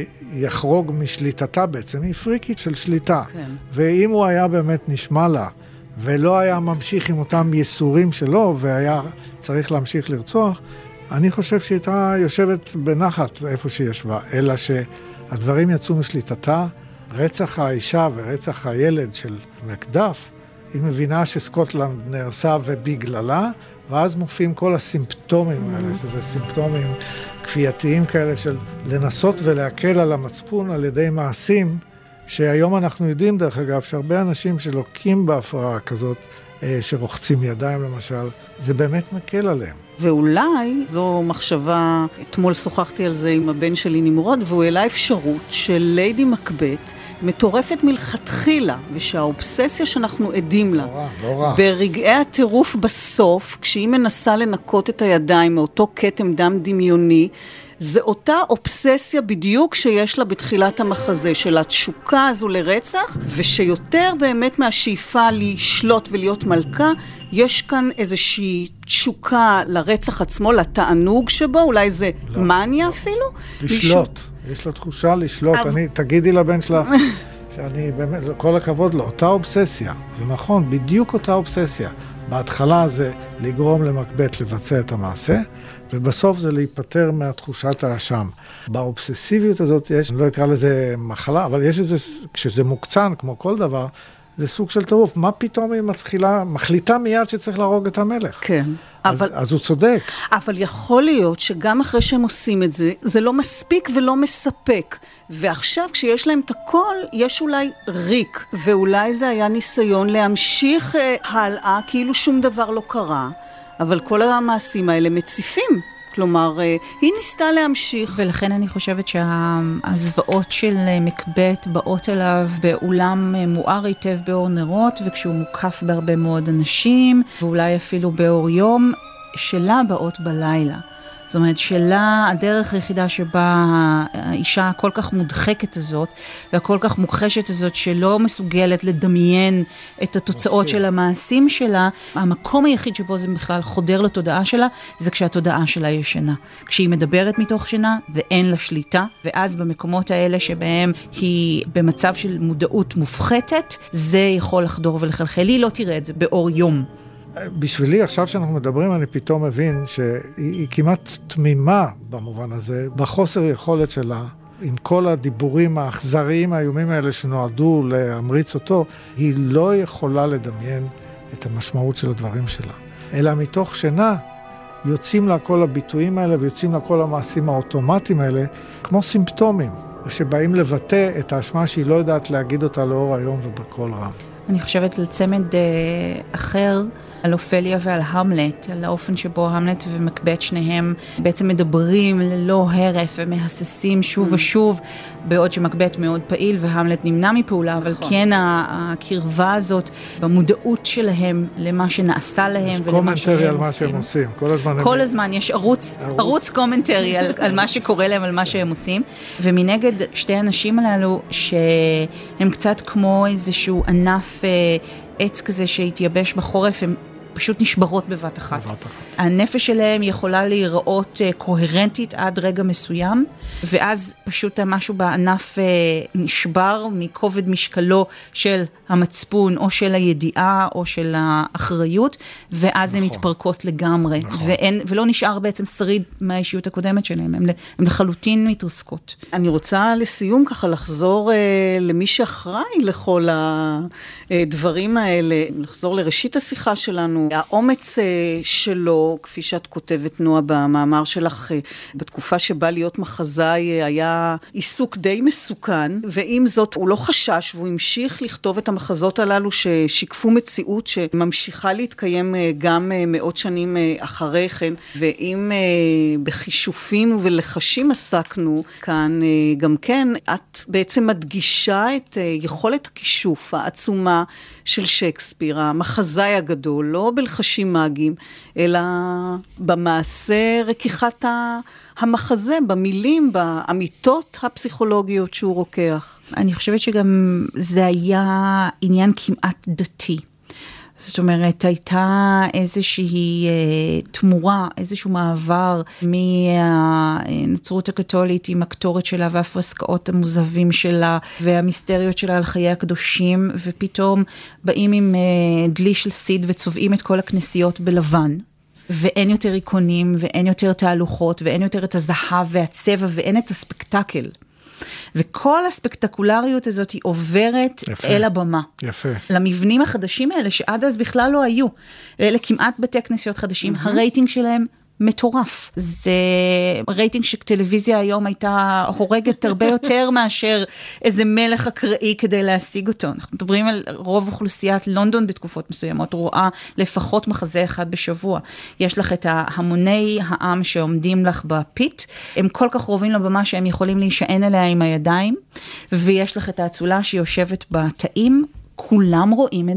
שיחרוג משליטתה בעצם, היא פריקית של שליטה. כן. ואם הוא היה באמת נשמע לה, ולא היה ממשיך עם אותם יסורים שלו, והיה צריך להמשיך לרצוח, אני חושב שהיא הייתה יושבת בנחת איפה שהיא ישבה, אלא שהדברים יצאו משליטתה, רצח האישה ורצח הילד של מקדף, היא מבינה שסקוטלנד נהרסה ובגללה, ואז מופיעים כל הסימפטומים האלה, שזה סימפטומים כפייתיים כאלה של לנסות ולהקל על המצפון על ידי מעשים, שהיום אנחנו יודעים דרך אגב, שהרבה אנשים שלוקים בהפרעה כזאת, שרוחצים ידיים למשל, זה באמת מקל עליהם. ואולי זו מחשבה, אתמול שוחחתי על זה עם הבן שלי נמרוד, והוא העלה אפשרות של ליידי מקבט, מטורפת מלכתחילה, ושהאובססיה שאנחנו עדים לה, לא רע, לא רע. ברגעי הטירוף בסוף, כשהיא מנסה לנקות את הידיים מאותו כתם דם דמיוני, זה אותה אובססיה בדיוק שיש לה בתחילת המחזה, של התשוקה הזו לרצח, ושיותר באמת מהשאיפה לשלוט ולהיות מלכה, יש כאן איזושהי תשוקה לרצח עצמו, לתענוג שבו, אולי זה לא, מניה לא. אפילו. לשלוט, מישהו... יש לו תחושה לשלוט. אבל... אני, תגידי לבן שלך, שאני באמת, כל הכבוד לו, אותה אובססיה, זה נכון, בדיוק אותה אובססיה. בהתחלה זה לגרום למקבט לבצע את המעשה, ובסוף זה להיפטר מהתחושת האשם. באובססיביות הזאת יש, אני לא אקרא לזה מחלה, אבל יש איזה, כשזה מוקצן, כמו כל דבר, זה סוג של טירוף. מה פתאום היא מתחילה, מחליטה מיד שצריך להרוג את המלך? כן. אז, אבל, אז הוא צודק. אבל יכול להיות שגם אחרי שהם עושים את זה, זה לא מספיק ולא מספק. ועכשיו כשיש להם את הכל, יש אולי ריק. ואולי זה היה ניסיון להמשיך אה, הלאה, כאילו שום דבר לא קרה. אבל כל המעשים האלה מציפים. כלומר, היא ניסתה להמשיך. ולכן אני חושבת שהזוועות של מקבט באות אליו באולם מואר היטב באור נרות, וכשהוא מוקף בהרבה מאוד אנשים, ואולי אפילו באור יום, שלה באות בלילה. זאת אומרת, שלה הדרך היחידה שבה האישה הכל כך מודחקת הזאת, והכל כך מוכחשת הזאת, שלא מסוגלת לדמיין את התוצאות של המעשים שלה, המקום היחיד שבו זה בכלל חודר לתודעה שלה, זה כשהתודעה שלה ישנה. כשהיא מדברת מתוך שינה, ואין לה שליטה, ואז במקומות האלה שבהם היא במצב של מודעות מופחתת, זה יכול לחדור ולחלחל. היא לא תראה את זה באור יום. בשבילי, עכשיו שאנחנו מדברים, אני פתאום מבין שהיא כמעט תמימה במובן הזה, בחוסר יכולת שלה, עם כל הדיבורים האכזריים, האיומים האלה שנועדו להמריץ אותו, היא לא יכולה לדמיין את המשמעות של הדברים שלה. אלא מתוך שינה, יוצאים לה כל הביטויים האלה, ויוצאים לה כל המעשים האוטומטיים האלה, כמו סימפטומים, שבאים לבטא את האשמה שהיא לא יודעת להגיד אותה לאור היום ובקול רם. אני חושבת לצמד אה, אחר, על אופליה ועל המלט, על האופן שבו המלט ומקבט שניהם בעצם מדברים ללא הרף ומהססים שוב ושוב, בעוד שמקבט מאוד פעיל והמלט נמנע מפעולה, אבל כן הקרבה הזאת במודעות שלהם למה שנעשה להם ולמה שהם עושים. קומנטרי על מה שהם עושים, כל הזמן. כל הזמן יש ערוץ, ערוץ קומנטרי על, על מה שקורה להם, על מה שהם עושים, ומנגד שתי הנשים הללו שהם קצת כמו איזשהו ענף עץ כזה שהתייבש בחורף, הם פשוט נשברות בבת אחת. בבת אחת. הנפש שלהם יכולה להיראות קוהרנטית עד רגע מסוים, ואז פשוט משהו בענף נשבר מכובד משקלו של המצפון, או של הידיעה, או של האחריות, ואז נכון. הן מתפרקות לגמרי, נכון. ואין, ולא נשאר בעצם שריד מהאישיות הקודמת שלהם, הן, הן לחלוטין מתרסקות. אני רוצה לסיום ככה לחזור אה, למי שאחראי לכל הדברים האלה, לחזור לראשית השיחה שלנו, האומץ אה, שלו, כפי שאת כותבת נועה במאמר שלך, אה, בתקופה שבה להיות מחזאי היה עיסוק די מסוכן, ועם זאת הוא לא חשש, והוא המשיך לכתוב את המחזות הללו ששיקפו מציאות שממשיכה להתקיים גם מאות שנים אחרי כן, ואם בחישופים ולחשים עסקנו כאן גם כן, את בעצם מדגישה את יכולת הכישוף העצומה של שייקספיר, המחזאי הגדול, לא בלחשים מאגיים, אלא במעשה רקיחת המחזה, במילים, באמיתות הפסיכולוגיות שהוא רוקח. אני חושבת שגם זה היה עניין כמעט דתי. זאת אומרת, הייתה איזושהי אה, תמורה, איזשהו מעבר מהנצרות הקתולית עם הקטורת שלה והפרסקאות המוזהבים שלה והמיסטריות שלה על חיי הקדושים, ופתאום באים עם אה, דלי של סיד וצובעים את כל הכנסיות בלבן. ואין יותר עיקונים, ואין יותר תהלוכות, ואין יותר את הזהב והצבע, ואין את הספקטקל. וכל הספקטקולריות הזאת היא עוברת יפה. אל הבמה. יפה. למבנים החדשים האלה, שעד אז בכלל לא היו. אלה כמעט בתי כנסיות חדשים, mm-hmm. הרייטינג שלהם מטורף. זה רייטינג שטלוויזיה היום הייתה הורגת הרבה יותר מאשר איזה מלך אקראי כדי להשיג אותו. אנחנו מדברים על רוב אוכלוסיית לונדון בתקופות מסוימות, רואה לפחות מחזה אחד בשבוע. יש לך את המוני העם שעומדים לך בפית, הם כל כך קרובים לבמה שהם יכולים להישען אליה עם הידיים, ויש לך את האצולה שיושבת בתאים, כולם רואים את זה,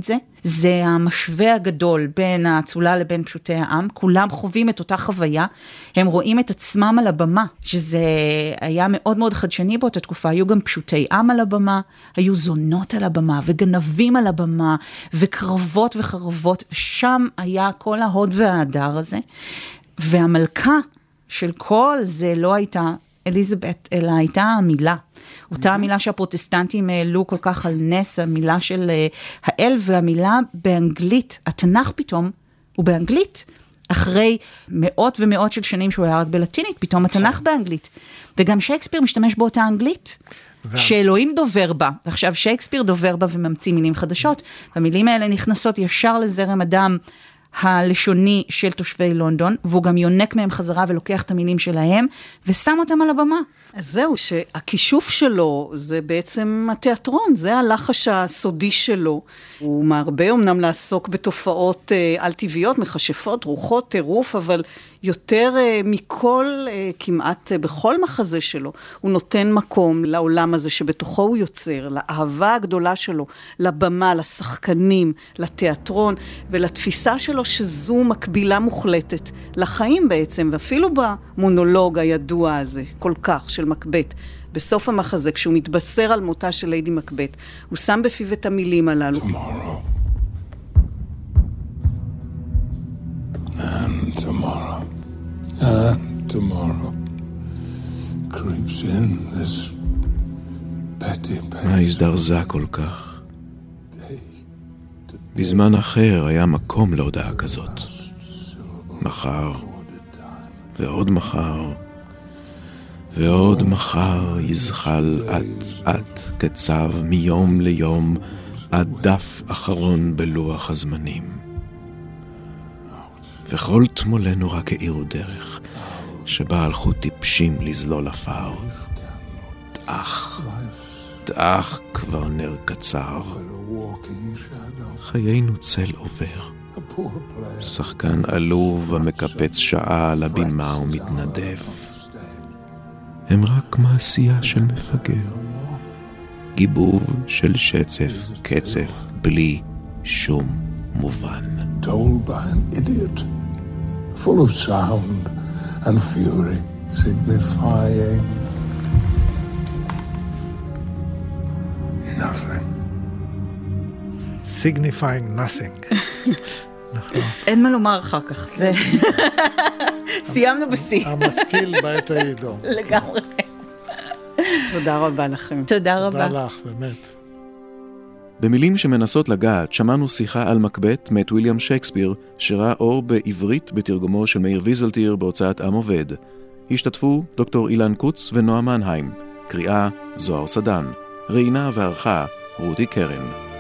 זה המשווה הגדול בין האצולה לבין פשוטי העם, כולם חווים את אותה חוויה, הם רואים את עצמם על הבמה, שזה היה מאוד מאוד חדשני באותה תקופה, היו גם פשוטי עם על הבמה, היו זונות על הבמה, וגנבים על הבמה, וקרבות וחרבות, ושם היה כל ההוד וההדר הזה, והמלכה של כל זה לא הייתה אליזבת, אלא הייתה המילה. אותה המילה שהפרוטסטנטים העלו כל כך על נס, המילה של האל, והמילה באנגלית, התנ"ך פתאום הוא באנגלית, אחרי מאות ומאות של שנים שהוא היה רק בלטינית, פתאום התנ"ך באנגלית. וגם שייקספיר משתמש באותה אנגלית, שאלוהים דובר בה, ועכשיו שייקספיר דובר בה וממציא מילים חדשות, והמילים האלה נכנסות ישר לזרם הדם הלשוני של תושבי לונדון, והוא גם יונק מהם חזרה ולוקח את המילים שלהם, ושם אותם על הבמה. אז זהו, שהכישוף שלו זה בעצם התיאטרון, זה הלחש הסודי שלו. הוא מרבה אומנם לעסוק בתופעות על טבעיות, מכשפות, רוחות, טירוף, אבל יותר מכל, כמעט בכל מחזה שלו, הוא נותן מקום לעולם הזה שבתוכו הוא יוצר, לאהבה הגדולה שלו, לבמה, לשחקנים, לתיאטרון, ולתפיסה שלו שזו מקבילה מוחלטת לחיים בעצם, ואפילו במונולוג הידוע הזה, כל כך, של מקבט, בסוף המחזה, כשהוא מתבשר על מותה של ליידי מקבט, הוא שם בפיו את המילים הללו. Tomorrow. And tomorrow. And tomorrow. Creeps in this petty petty. מה הזדרזה כל כך? בזמן אחר היה מקום להודעה כזאת. מחר, ועוד מחר, ועוד מחר יזחל את את כצו מיום ליום עד דף אחרון בלוח הזמנים. וכל תמולנו רק העירו דרך שבה הלכו טיפשים לזלול אפר. דאח, דאח כבר נר קצר. חיינו צל עובר. שחקן עלוב המקפץ שעה על הבימה ומתנדף. הם רק מעשייה של מפגר. גיבוב של שצף, קצף, בלי שום מובן. Told by an idiot, full of sound and fury, signifying nothing. signifying nothing. נכון. אין מה לומר אחר כך, זה... סיימנו בשיא. המשכיל בעת הידו. לגמרי. תודה רבה לכם. תודה רבה. תודה לך, באמת. במילים שמנסות לגעת, שמענו שיחה על מקבט מאת ויליאם שייקספיר, שראה אור בעברית בתרגומו של מאיר ויזלטיר בהוצאת עם עובד. השתתפו דוקטור אילן קוץ ונועה מנהיים, קריאה זוהר סדן, ראינה וערכה רותי קרן.